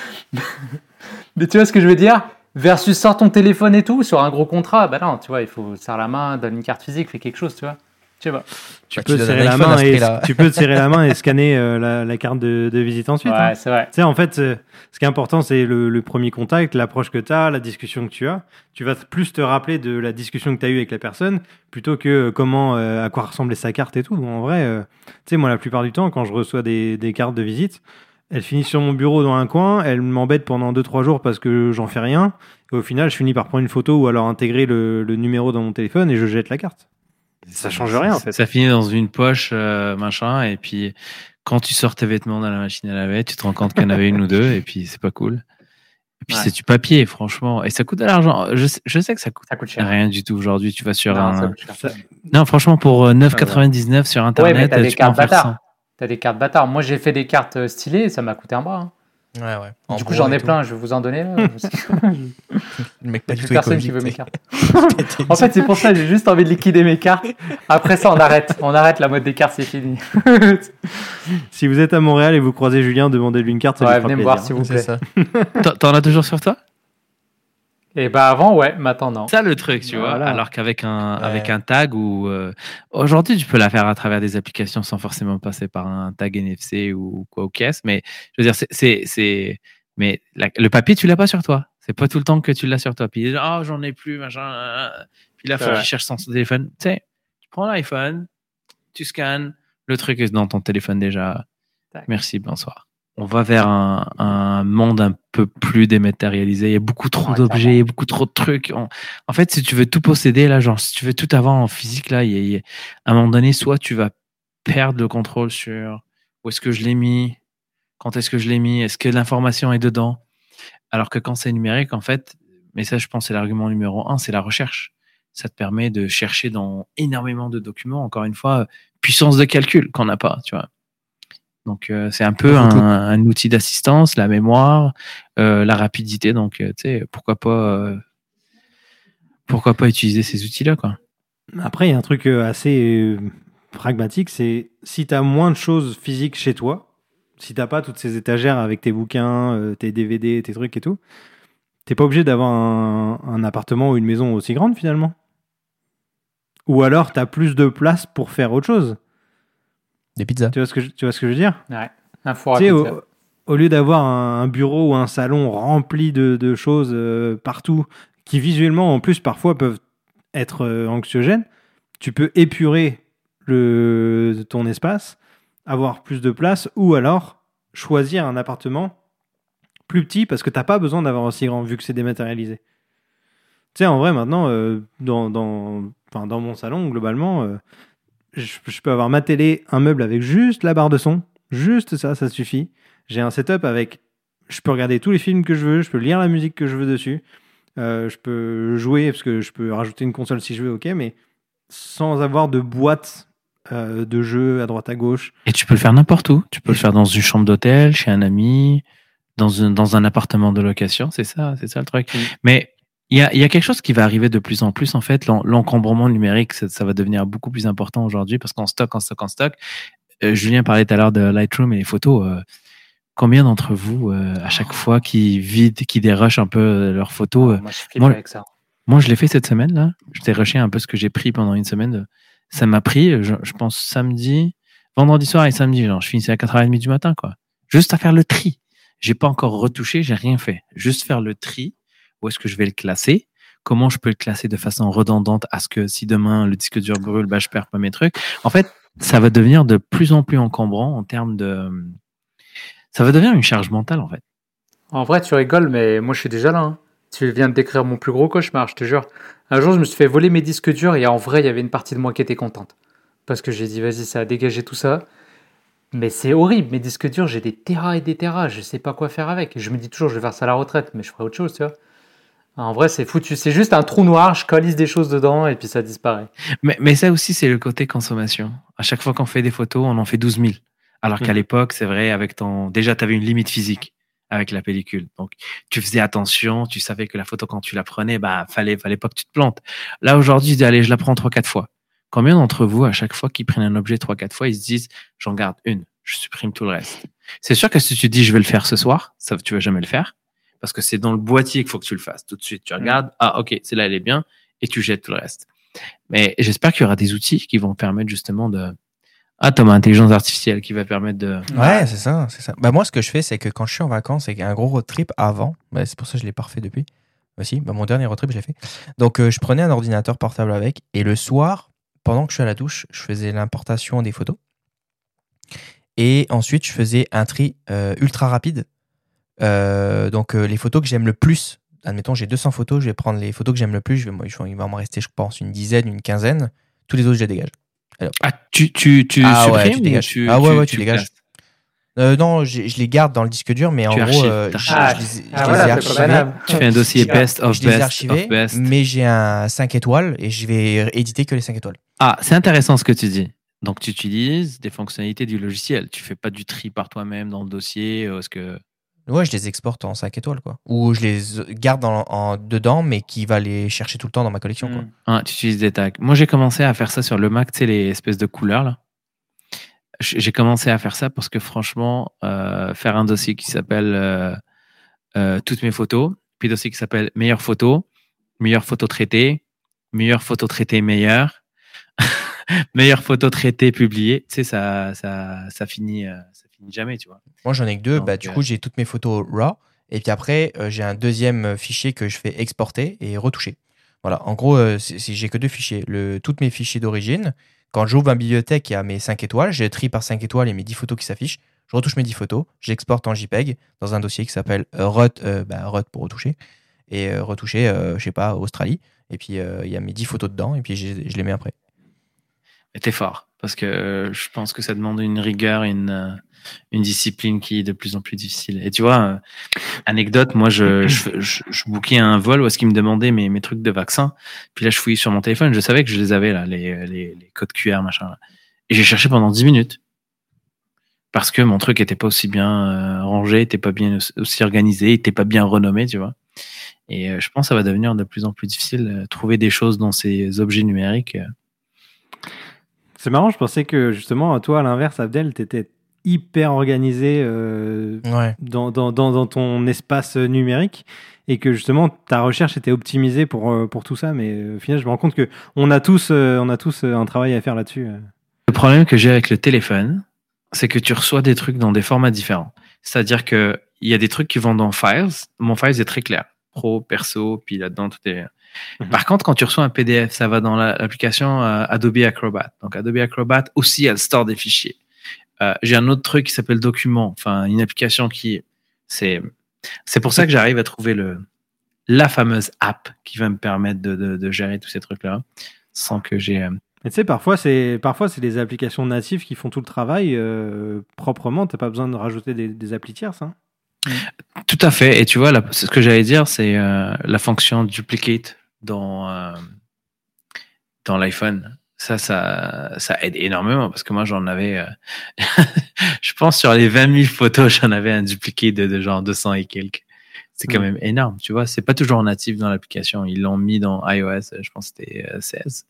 Mais tu vois ce que je veux dire? Versus sors ton téléphone et tout sur un gros contrat, bah non, tu vois, il faut serrer la main, donne une carte physique, fais quelque chose, tu vois. Je sais pas. Tu Bah, peux tu donnes serrer un la iPhone main à ce et prix-là. tu peux te serrer la main et scanner la carte de visite ensuite. Ouais, Hein. c'est vrai. Tu sais, en fait, ce qui est important, c'est le premier contact, l'approche que tu as, la discussion que tu as. Tu vas plus te rappeler de la discussion que tu as eue avec la personne plutôt que comment, à quoi ressemblait sa carte et tout. En vrai, tu sais, moi, la plupart du temps, quand je reçois des cartes de visite, elles finissent sur mon bureau dans un coin, elles m'embêtent pendant 2-3 jours parce que j'en fais rien. Et au final, je finis par prendre une photo ou alors intégrer le numéro dans mon téléphone et je jette la carte. Ça change rien, en fait. Ça finit dans une poche, machin, et puis quand tu sors tes vêtements dans la machine à laver, tu te rends compte qu'il y en avait une ou deux, et puis c'est pas cool. Et puis Ouais. c'est du papier, franchement, et ça coûte de l'argent. Je sais que ça coûte Ça coûte cher. rien du tout aujourd'hui. Tu vas sur Non, ça un. coûte cher. Ça- Non, franchement, pour 9,99 sur Ouais, mais internet, t'as des tu peux en cartes faire 100. bâtards. T'as des cartes bâtards. Moi, j'ai fait des cartes stylées, ça m'a coûté un bras. Hein. Ouais, ouais. En Du coup, gros j'en et ai tout. plein, je vais vous en donner. Là, Le mec pas du plus tout personne qui écologique, veut mes tu cartes. sais. En fait, c'est pour ça, j'ai juste envie de liquider mes cartes. Après ça, on arrête. On arrête la mode des cartes, c'est fini. Si vous êtes à Montréal et vous croisez Julien, demandez-lui une carte. Ça lui Ouais, fera venez me plaisir. voir, s'il vous C'est plaît. ça. T'en as toujours sur toi? Et bah avant, ouais, maintenant, non. C'est ça le truc, tu vois. Voilà. Alors qu'avec avec Ouais. un tag ou aujourd'hui, tu peux la faire à travers des applications sans forcément passer par un tag NFC ou quoi aux caisses. Mais je veux dire, mais le papier, tu l'as pas sur toi. C'est pas tout le temps que tu l'as sur toi. Puis oh, j'en ai plus, machin. Puis là, C'est faut vrai. qu'il cherche son téléphone. Tu sais, tu prends l'iPhone, tu scannes, le truc est dans ton téléphone déjà. Tac. Merci, bonsoir. On va vers un monde un peu plus dématérialisé. Il y a beaucoup trop Ouais, d'objets, clairement. beaucoup trop de trucs. En fait, si tu veux tout posséder, là, genre, si tu veux tout avoir en physique, là, à un moment donné, soit tu vas perdre le contrôle sur où est-ce que je l'ai mis, quand est-ce que je l'ai mis, est-ce que l'information est dedans. Alors que quand c'est numérique, en fait, mais ça, je pense, c'est l'argument numéro 1, c'est la recherche. Ça te permet de chercher dans énormément de documents. Encore une fois, puissance de calcul qu'on n'a pas, tu vois. Donc, c'est un peu un outil d'assistance, la mémoire, la rapidité. Donc, tu sais, pourquoi pas utiliser ces outils-là, quoi. Après, il y a un truc assez pragmatique, c'est si tu as moins de choses physiques chez toi, si t'as pas toutes ces étagères avec tes bouquins, tes DVD, tes trucs et tout, t'es pas obligé d'avoir un appartement ou une maison aussi grande finalement. Ou alors t'as plus de place pour faire autre chose. Des pizzas. Tu vois ce que je veux dire? Ouais, un four à Tu sais, pizza. au lieu d'avoir un bureau ou un salon rempli de choses partout, qui visuellement en plus parfois peuvent être anxiogènes, tu peux épurer ton espace, avoir plus de place, ou alors choisir un appartement plus petit parce que t'as pas besoin d'avoir aussi grand vu que c'est dématérialisé. Tu sais, en vrai, maintenant, dans mon salon, globalement, je peux avoir ma télé, un meuble avec juste la barre de son. Juste ça suffit. J'ai un setup avec... Je peux regarder tous les films que je veux, je peux lire la musique que je veux dessus. Je peux jouer, parce que je peux rajouter une console si je veux, ok, mais sans avoir de boîte de jeux à droite à gauche. Et tu peux le faire n'importe où. Tu peux le faire dans une chambre d'hôtel, chez un ami, dans un appartement de location. C'est ça le truc. Mais il y a quelque chose qui va arriver de plus en plus, en fait. L'encombrement numérique, ça va devenir beaucoup plus important aujourd'hui parce qu'on stocke. Julien parlait tout à l'heure de Lightroom et les photos. Combien d'entre vous, à chaque fois, qui dérushent un peu leurs photos Moi, je flippe avec ça. Moi, je l'ai fait cette semaine, là. Je t'ai rushé un peu ce que j'ai pris pendant une semaine. Ça m'a pris, je pense, vendredi soir et samedi. Genre, je finissais à 4h30 du matin, quoi. Juste à faire le tri. J'ai pas encore retouché, j'ai rien fait. Juste faire le tri. Où est-ce que je vais le classer? Comment je peux le classer de façon redondante à ce que si demain le disque dur brûle, bah, je perds pas mes trucs. En fait, ça va devenir de plus en plus encombrant en termes de... Ça va devenir une charge mentale, en fait. En vrai, tu rigoles, mais moi, je suis déjà là. Hein. Tu viens de décrire mon plus gros cauchemar, je te jure. Un jour, je me suis fait voler mes disques durs et en vrai, il y avait une partie de moi qui était contente. Parce que j'ai dit, vas-y, ça a dégagé tout ça. Mais c'est horrible, mes disques durs, j'ai des terras et des terras, je sais pas quoi faire avec. Et je me dis toujours, je vais faire ça à la retraite, mais je ferai autre chose, tu vois. En vrai, c'est foutu. C'est juste un trou noir, je colise des choses dedans et puis ça disparaît. Mais ça aussi, c'est le côté consommation. À chaque fois qu'on fait des photos, on en fait 12 000. Alors qu'à l'époque, c'est vrai, déjà, tu avais une limite physique avec la pellicule. Donc, tu faisais attention, tu savais que la photo, quand tu la prenais, bah, fallait pas que tu te plantes. Là, aujourd'hui, je dis, allez, je la prends 3-4 fois. Combien d'entre vous, à chaque fois qu'ils prennent un objet 3-4 fois, ils se disent, j'en garde une, je supprime tout le reste. C'est sûr que si tu te dis, je vais le faire ce soir, tu vas jamais le faire. Parce que c'est dans le boîtier qu'il faut que tu le fasses. Tout de suite, tu regardes, ok, celle-là, elle est bien, et tu jettes tout le reste. Mais j'espère qu'il y aura des outils qui vont permettre justement de... Ah, t'as l'intelligence artificielle qui va permettre de... Ouais, c'est ça. Bah, moi, ce que je fais, c'est que quand je suis en vacances et qu'il y a un gros road trip avant, bah, c'est pour ça que je l'ai pas refait depuis. Aussi, bah, mon dernier road trip, je l'ai fait. Donc, je prenais un ordinateur portable avec, et le soir, pendant que je suis à la douche, je faisais l'importation des photos. Et ensuite, je faisais un tri ultra rapide. Donc, les photos que j'aime le plus, admettons, j'ai 200 photos, je vais prendre les photos que j'aime le plus, il va m'en rester, je pense, une dizaine, une quinzaine. Tous les autres, je les dégage. Alors. Ah, tu supprimes ouais, tu dégages. Tu dégages. Non, je les garde dans le disque dur, mais en gros, je les ai archivés. Tu fais un dossier best of je les ai best archivés, of best. mais j'ai un 5 étoiles et je vais éditer que les 5 étoiles. Ah, c'est intéressant ce que tu dis. Donc, tu utilises des fonctionnalités du logiciel. Tu fais pas du tri par toi-même dans le dossier. Ouais, je les exporte en 5 étoiles, quoi. Ou je les garde dedans, mais qui va les chercher tout le temps dans ma collection, quoi. Ah, tu utilises des tags. Moi, j'ai commencé à faire ça sur le Mac, tu sais, les espèces de couleurs, là. J'ai commencé à faire ça parce que franchement, faire un dossier qui s'appelle toutes mes photos, puis un dossier qui s'appelle meilleures photos traitées, meilleures photos traitées meilleures, meilleures photos traitées publiées, tu sais, ça finit jamais, tu vois. Moi, j'en ai que 2. Donc, du coup, j'ai toutes mes photos RAW. Et puis après, j'ai un deuxième fichier que je fais exporter et retoucher. Voilà. En gros, j'ai que 2 fichiers. Toutes mes fichiers d'origine. Quand j'ouvre ma bibliothèque, il y a mes 5 étoiles. Je trie par 5 étoiles et mes 10 photos qui s'affichent. Je retouche mes 10 photos. J'exporte en JPEG dans un dossier qui s'appelle RUT pour retoucher. Et retoucher, je sais pas, Australie. Et puis, il y a mes 10 photos dedans. Et puis, je les mets après. Mais t'es fort. Parce que je pense que ça demande une rigueur, une discipline qui est de plus en plus difficile. Et tu vois, anecdote, moi, je bookais un vol où est-ce qu'ils me demandaient mes trucs de vaccin. Puis là, je fouillais sur mon téléphone. Je savais que je les avais, là, les codes QR, machin. Là. Et j'ai cherché pendant 10 minutes. Parce que mon truc était pas aussi bien rangé, était pas bien aussi organisé, était pas bien renommé, tu vois. Et je pense que ça va devenir de plus en plus difficile trouver des choses dans ces objets numériques. C'est marrant, je pensais que justement, toi, à l'inverse, Abdel, t'étais hyper organisé dans ton espace numérique et que justement ta recherche était optimisée pour tout ça, mais au final je me rends compte que on a tous un travail à faire là-dessus. Le problème que j'ai avec le téléphone, c'est que tu reçois des trucs dans des formats différents. C'est-à-dire que il y a des trucs qui vont dans Files. Mon Files est très clair, pro, perso, puis là-dedans tout est. Par contre, quand tu reçois un PDF, ça va dans l'application Adobe Acrobat. Donc Adobe Acrobat aussi, elle store des fichiers. J'ai un autre truc qui s'appelle Document, enfin une application qui c'est C'est pour ça que j'arrive à trouver la fameuse app qui va me permettre de gérer tous ces trucs-là sans que j'ai... Mais tu sais, parfois, c'est des applications natives qui font tout le travail proprement. Tu n'as pas besoin de rajouter des applis tierces. Hein. Tout à fait. Et tu vois, ce que j'allais dire, c'est la fonction duplicate dans l'iPhone. Ça aide énormément parce que moi, j'en avais... je pense sur les 20 000 photos, j'en avais un duplicate de genre 200 et quelques. C'est quand même énorme, tu vois. C'est pas toujours natif dans l'application. Ils l'ont mis dans iOS, je pense que c'était 16.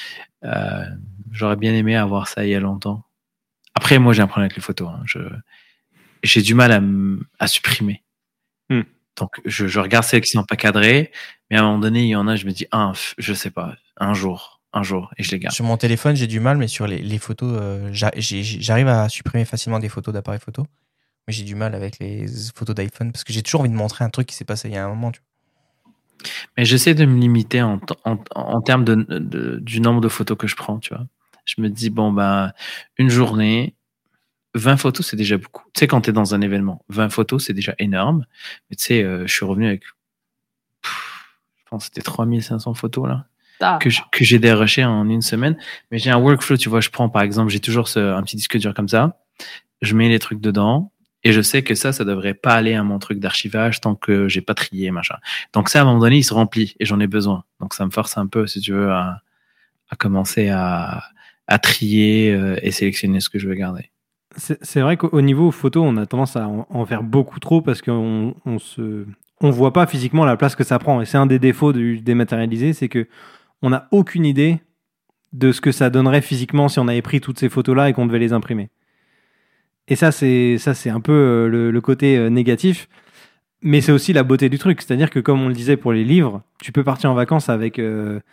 J'aurais bien aimé avoir ça il y a longtemps. Après, moi, j'ai un problème avec les photos. Hein. J'ai du mal à supprimer. Donc, je regarde celles qui sont pas cadrées, mais à un moment donné, il y en a, je me dis, je sais pas, un jour, et je les garde. Sur mon téléphone, j'ai du mal, mais sur les photos, j'arrive à supprimer facilement des photos d'appareil photo. Mais j'ai du mal avec les photos d'iPhone parce que j'ai toujours envie de montrer un truc qui s'est passé il y a un moment. Tu vois. Mais j'essaie de me limiter en termes du nombre de photos que je prends, tu vois. Je me dis, une journée, 20 photos, c'est déjà beaucoup. Tu sais, quand tu es dans un événement, 20 photos, c'est déjà énorme. Mais tu sais, je suis revenu avec, je pense que c'était 3500 photos, là, que j'ai dérushé en une semaine. Mais j'ai un workflow, tu vois, je prends, par exemple, j'ai toujours un petit disque dur comme ça. Je mets les trucs dedans. Et je sais que ça devrait pas aller à mon truc d'archivage tant que j'ai pas trié, machin. Donc ça, à un moment donné, il se remplit et j'en ai besoin. Donc ça me force un peu, si tu veux, à commencer à trier et sélectionner ce que je veux garder. C'est vrai qu'au niveau photo, on a tendance à en faire beaucoup trop parce qu'on voit pas physiquement la place que ça prend. Et c'est un des défauts du dématérialisé, c'est que on n'a aucune idée de ce que ça donnerait physiquement si on avait pris toutes ces photos-là et qu'on devait les imprimer. Et ça, c'est un peu le côté négatif. Mais c'est aussi la beauté du truc. C'est-à-dire que, comme on le disait pour les livres, tu peux partir en vacances avec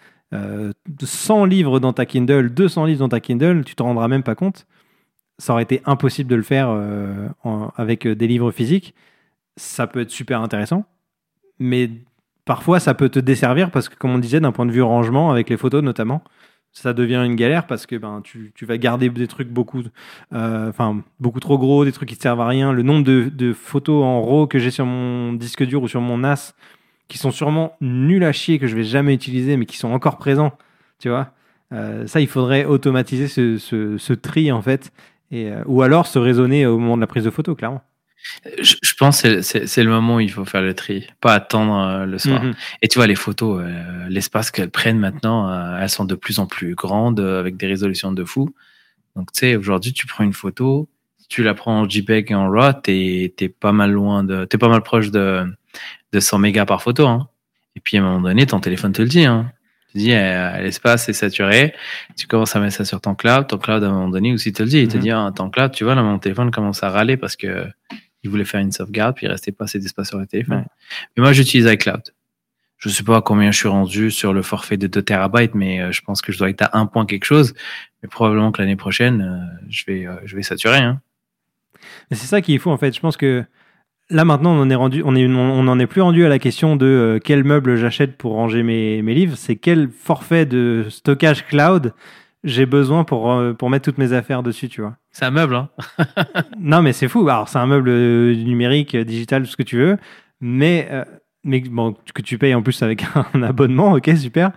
100 livres dans ta Kindle, 200 livres dans ta Kindle, tu te rendras même pas compte. Ça aurait été impossible de le faire avec des livres physiques. Ça peut être super intéressant. Mais parfois, ça peut te desservir parce que, comme on disait, d'un point de vue rangement, avec les photos notamment, ça devient une galère parce que tu vas garder des trucs beaucoup trop gros, des trucs qui ne servent à rien. Le nombre de photos en RAW que j'ai sur mon disque dur ou sur mon NAS qui sont sûrement nuls à chier, que je vais jamais utiliser, mais qui sont encore présents, tu vois. Ça, il faudrait automatiser ce tri, en fait, ou alors se raisonner au moment de la prise de photo, clairement. Je pense que c'est le moment où il faut faire le tri, pas attendre le soir. Et tu vois, les photos, l'espace qu'elles prennent maintenant, elles sont de plus en plus grandes, avec des résolutions de fou. Donc, tu sais, aujourd'hui, tu prends une photo, si tu la prends en JPEG et en RAW, t'es pas mal proche de 100 mégas par photo. Hein. Et puis, à un moment donné, ton téléphone te le dit. Hein. Tu dis, l'espace est saturé, tu commences à mettre ça sur ton cloud, à un moment donné aussi te le dit. Il te dit, ton cloud, tu vois, là, mon téléphone commence à râler parce que il voulait faire une sauvegarde, puis il restait pas assez d'espace sur le téléphone. Ouais. Mais moi, j'utilise iCloud. Je sais pas à combien je suis rendu sur le forfait de 2 TB, mais je pense que je dois être à 1 point quelque chose. Mais probablement que l'année prochaine, je vais saturer. Hein. Mais c'est ça qui est fou, en fait. Je pense que là, maintenant, on n'en est plus rendu à la question de quel meuble j'achète pour ranger mes livres. C'est quel forfait de stockage cloud j'ai besoin pour mettre toutes mes affaires dessus, tu vois. C'est un meuble, hein. Non, mais c'est fou. Alors, c'est un meuble numérique, digital, tout ce que tu veux, mais bon, que tu payes en plus avec un abonnement, ok, super.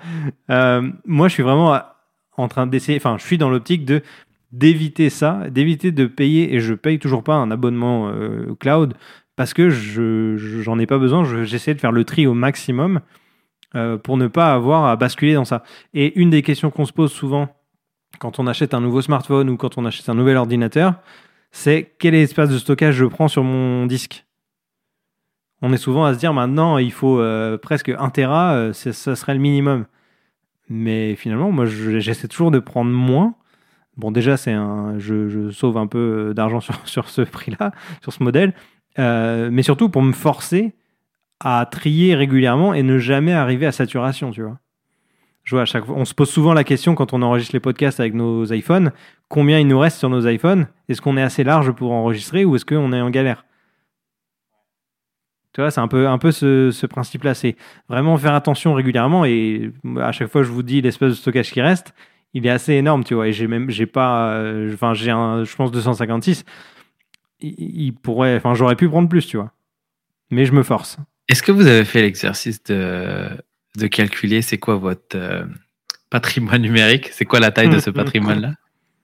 Moi, je suis vraiment en train d'essayer, enfin, je suis dans l'optique d'éviter ça, d'éviter de payer, et je paye toujours pas un abonnement cloud, parce que j'en ai pas besoin, j'essaie de faire le tri au maximum pour ne pas avoir à basculer dans ça. Et une des questions qu'on se pose souvent quand on achète un nouveau smartphone ou quand on achète un nouvel ordinateur, c'est quel espace de stockage je prends sur mon disque. On est souvent à se dire maintenant il faut presque 1 Tera, ça serait le minimum. Mais finalement, moi j'essaie toujours de prendre moins. Bon, déjà je sauve un peu d'argent sur ce prix-là, sur ce modèle, mais surtout pour me forcer à trier régulièrement et ne jamais arriver à saturation, tu vois. Je vois, à chaque fois, on se pose souvent la question quand on enregistre les podcasts avec nos iPhones, combien il nous reste sur nos iPhones ? Est-ce qu'on est assez large pour enregistrer ou est-ce qu'on est en galère ? Tu vois, c'est un peu ce principe-là. C'est vraiment faire attention régulièrement et à chaque fois, je vous dis l'espace de stockage qui reste, il est assez énorme, tu vois. Et j'ai je pense 256. J'aurais pu prendre plus, tu vois. mais je me force. Est-ce que vous avez fait l'exercice de calculer c'est quoi votre patrimoine numérique? C'est quoi la taille de ce patrimoine-là?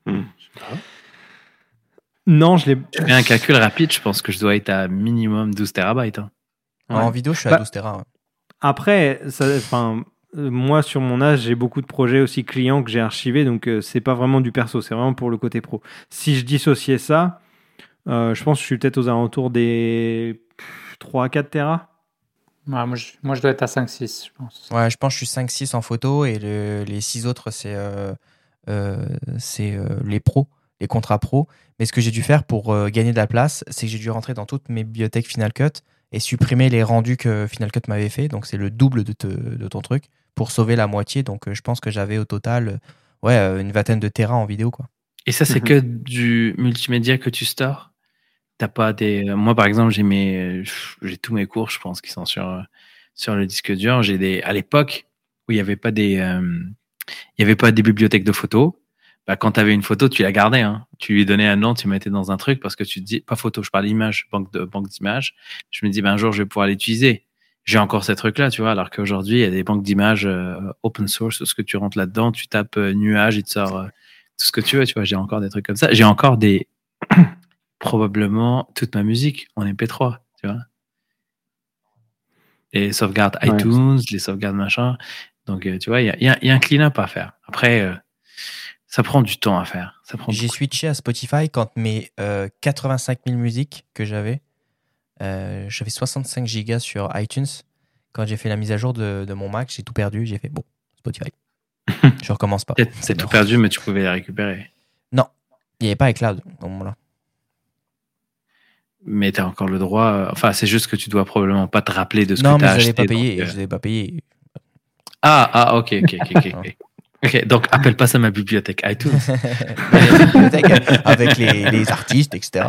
Non, je l'ai. Je fais un calcul rapide, je pense que je dois être à minimum 12 terabytes. Hein. En vidéo, je suis à 12 Tera. Ouais. Après, moi, sur mon âge, j'ai beaucoup de projets aussi clients que j'ai archivés, donc c'est pas vraiment du perso, c'est vraiment pour le côté pro. Si je dissociais ça, je pense que je suis peut-être aux alentours des 3-4 Tera. Ouais, moi, je dois être à 5-6, je pense. Ouais, je pense que je suis 5-6 en photo et les 6 autres, c'est les pros, les contrats pros. Mais ce que j'ai dû faire pour gagner de la place, c'est que j'ai dû rentrer dans toutes mes bibliothèques Final Cut et supprimer les rendus que Final Cut m'avait fait. Donc, c'est le double de ton truc pour sauver la moitié. Donc, je pense que j'avais au total une vingtaine de Tera en vidéo, quoi. Et ça, c'est que du multimédia que tu stores? T'as pas des... Moi, par exemple, j'ai tous mes cours, je pense, qui sont sur le disque dur. À l'époque où il n'y avait pas des bibliothèques de photos, bah, quand tu avais une photo, tu la gardais. Hein. Tu lui donnais un nom, tu mettais dans un truc parce que tu te dis, pas photo, je parle d'image, banque d'images. Je me dis, un jour, je vais pouvoir l'utiliser. J'ai encore ces trucs-là, tu vois, alors qu'aujourd'hui, il y a des banques d'images open source, ce que tu rentres là-dedans, tu tapes nuage, il te sort tout ce que tu veux, tu vois. J'ai encore des trucs comme ça. J'ai encore probablement toute ma musique en MP3, tu vois. Les sauvegardes iTunes, les sauvegardes machin. Donc, tu vois, il y a un clean-up à faire. Après, ça prend du temps à faire. J'ai switché à Spotify quand mes 85 000 musiques que j'avais 65 gigas sur iTunes. Quand j'ai fait la mise à jour de mon Mac, j'ai tout perdu. J'ai fait, bon, Spotify. Je recommence pas. C'est tout perdu, mais tu pouvais les récupérer. Non, il n'y avait pas iCloud au moment-là. Mais tu as encore le droit. Enfin, c'est juste que tu dois probablement pas te rappeler de ce que tu as acheté. Non, mais je ne l'avais pas payé. Ok. Ok, donc appelle pas ça ma bibliothèque iTunes. Avec les artistes, etc.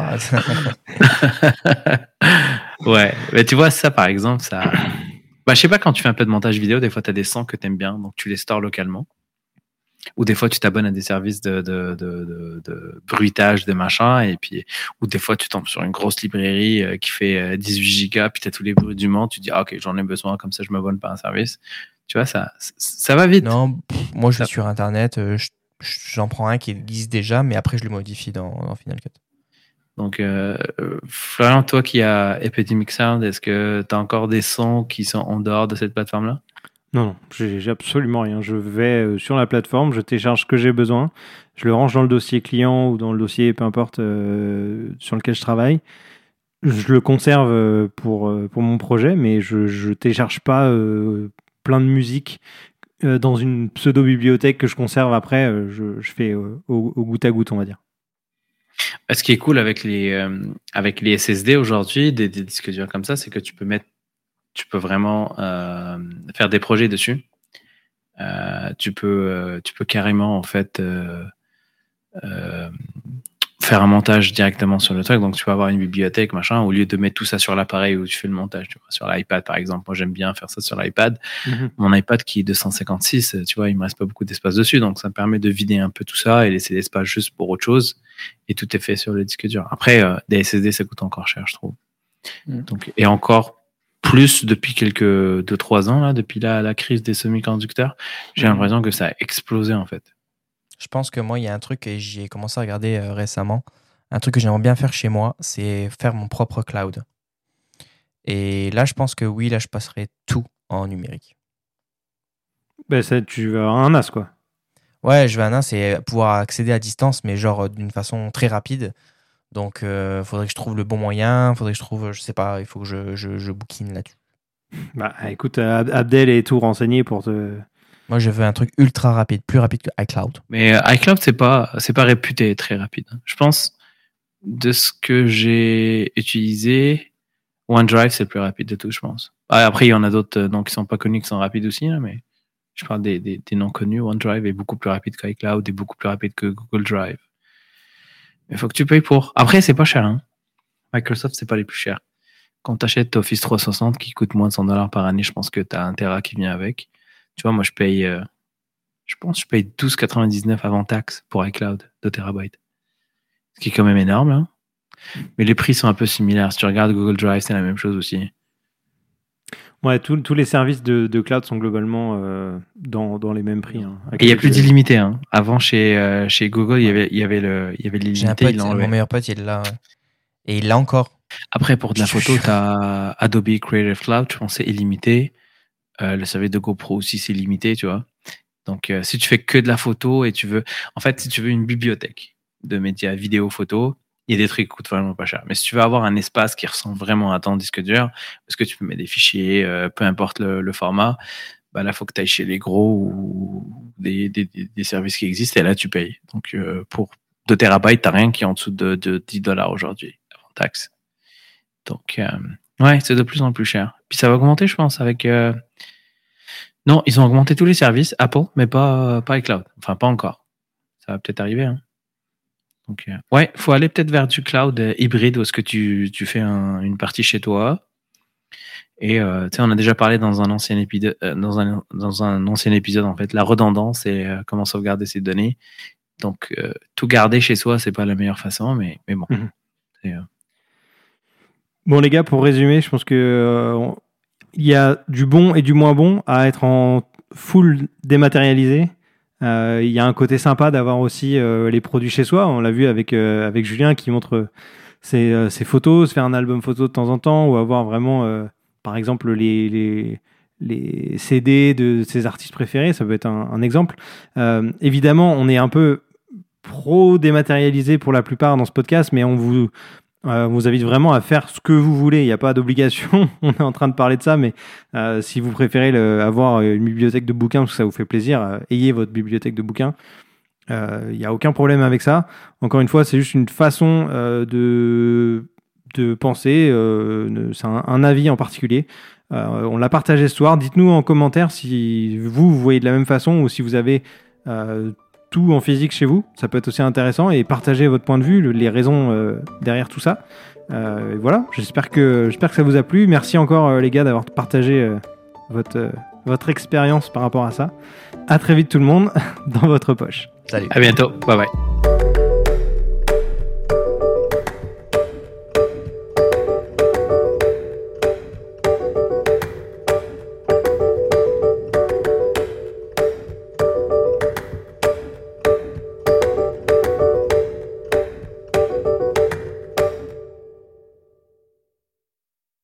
Ouais, mais tu vois, ça par exemple, ça. Bah, je sais pas, quand tu fais un peu de montage vidéo, des fois tu as des sons que tu aimes bien, donc tu les stores localement. Ou des fois tu t'abonnes à des services de bruitage, de machin, et puis, ou des fois tu tombes sur une grosse librairie qui fait 18 gigas, puis tu as tous les bruits du monde, tu dis, ok, j'en ai besoin, comme ça je m'abonne pas à un service. Tu vois, ça va vite. Non, moi je vais sur Internet, j'en prends un qui existe déjà, mais après je le modifie dans Final Cut. Donc, Florian, toi qui as Epidemic Sound, est-ce que tu as encore des sons qui sont en dehors de cette plateforme-là? Non, j'ai absolument rien. Je vais sur la plateforme, je télécharge ce que j'ai besoin, je le range dans le dossier client ou dans le dossier, peu importe, sur lequel je travaille. Je le conserve pour mon projet, mais je télécharge pas plein de musique dans une pseudo-bibliothèque que je conserve après. Je fais au goutte à goutte, on va dire. Ce qui est cool avec les SSD aujourd'hui, des disques durs comme ça, c'est que tu peux vraiment faire des projets dessus. Tu peux carrément en fait faire un montage directement sur le truc. Donc tu peux avoir une bibliothèque machin au lieu de mettre tout ça sur l'appareil où tu fais le montage. Tu vois, sur l'iPad par exemple. Moi j'aime bien faire ça sur l'iPad. Mon iPad qui est 256, tu vois, il me reste pas beaucoup d'espace dessus, donc ça me permet de vider un peu tout ça et laisser l'espace juste pour autre chose. Et tout est fait sur le disque dur. Après, des SSD ça coûte encore cher, je trouve. Donc, et encore plus depuis 2-3 ans là, depuis la crise des semi-conducteurs, j'ai l'impression que ça a explosé en fait. Je pense que moi, il y a un truc, et j'y ai commencé à regarder récemment, un truc que j'aimerais bien faire chez moi, c'est faire mon propre cloud. Et là, je pense que oui, là, je passerai tout en numérique. Ben, tu vas avoir un NAS, quoi. Ouais, je veux un NAS, c'est pouvoir accéder à distance, mais genre d'une façon très rapide. Donc, faudrait que je trouve le bon moyen, faudrait que je trouve, je sais pas, il faut que je bookine là-dessus. Bah, écoute, Abdel est tout renseigné pour te... Moi, je veux un truc ultra rapide, plus rapide que iCloud. Mais iCloud, c'est pas réputé très rapide. Je pense, de ce que j'ai utilisé, OneDrive, c'est le plus rapide de tout, je pense. Après, il y en a d'autres noms qui sont pas connus qui sont rapides aussi, hein, mais je parle des noms connus. OneDrive est beaucoup plus rapide qu'iCloud et beaucoup plus rapide que Google Drive. Mais il faut que tu payes pour. Après, c'est pas cher. Hein. Microsoft, c'est pas les plus chers. Quand tu achètes Office 360 qui coûte moins de $100 par année, je pense que tu as un Tera qui vient avec. Tu vois, moi, je paye 12,99 avant taxe pour iCloud, 2 terabytes. Ce qui est quand même énorme. Hein. Mais les prix sont un peu similaires. Si tu regardes Google Drive, c'est la même chose aussi. Ouais, tous les services de cloud sont globalement dans les mêmes prix. Hein, Et il n'y a plus d'illimité. Hein. Avant, chez Google, il y avait l'illimité. J'ai un pote, mon meilleur pote, il l'a. Et il l'a encore. Après, pour de la photo, tu as Adobe Creative Cloud, je pense, c'est illimité. Le service de GoPro aussi, c'est limité, tu vois. Donc, si tu fais que de la photo et en fait, si tu veux une bibliothèque de médias vidéo, photo, il y a des trucs qui coûtent vraiment pas cher. Mais si tu veux avoir un espace qui ressemble vraiment à ton disque dur, parce que tu peux mettre des fichiers, peu importe le format, bah là, il faut que tu ailles chez les gros ou des services qui existent et là, tu payes. Donc, pour 2 terabytes, tu n'as rien qui est en dessous de $10 aujourd'hui, avant taxe. Donc, ouais, c'est de plus en plus cher. Puis ça va augmenter, je pense, avec... Non, ils ont augmenté tous les services, Apple, mais pas iCloud. Enfin, pas encore. Ça va peut-être arriver. Hein. Donc, ouais, il faut aller peut-être vers du cloud hybride où est-ce que tu fais une partie chez toi. Et tu sais, on a déjà parlé dans un ancien épisode, dans un ancien épisode en fait, la redondance et comment sauvegarder ses données. Donc, tout garder chez soi, c'est pas la meilleure façon, mais bon. Bon les gars, pour résumer, je pense que il y a du bon et du moins bon à être en full dématérialisé. Il y a un côté sympa d'avoir aussi les produits chez soi. On l'a vu avec Julien qui montre ses photos, se faire un album photo de temps en temps ou avoir vraiment, par exemple, les CD de ses artistes préférés. Ça peut être un exemple. Évidemment, on est un peu pro-dématérialisé pour la plupart dans ce podcast, mais on vous invite vraiment à faire ce que vous voulez. Il n'y a pas d'obligation. On est en train de parler de ça, mais si vous préférez avoir une bibliothèque de bouquins parce que ça vous fait plaisir, ayez votre bibliothèque de bouquins. Il n'y a aucun problème avec ça. Encore une fois, c'est juste une façon de penser. C'est un avis en particulier. On l'a partagé ce soir. Dites-nous en commentaire si vous voyez de la même façon ou si vous avez tout en physique chez vous, ça peut être aussi intéressant et partagez votre point de vue, les raisons derrière tout ça. Et voilà, j'espère que ça vous a plu. Merci encore les gars d'avoir partagé votre expérience par rapport à ça. À très vite tout le monde dans votre poche. Salut. À bientôt. Bye bye.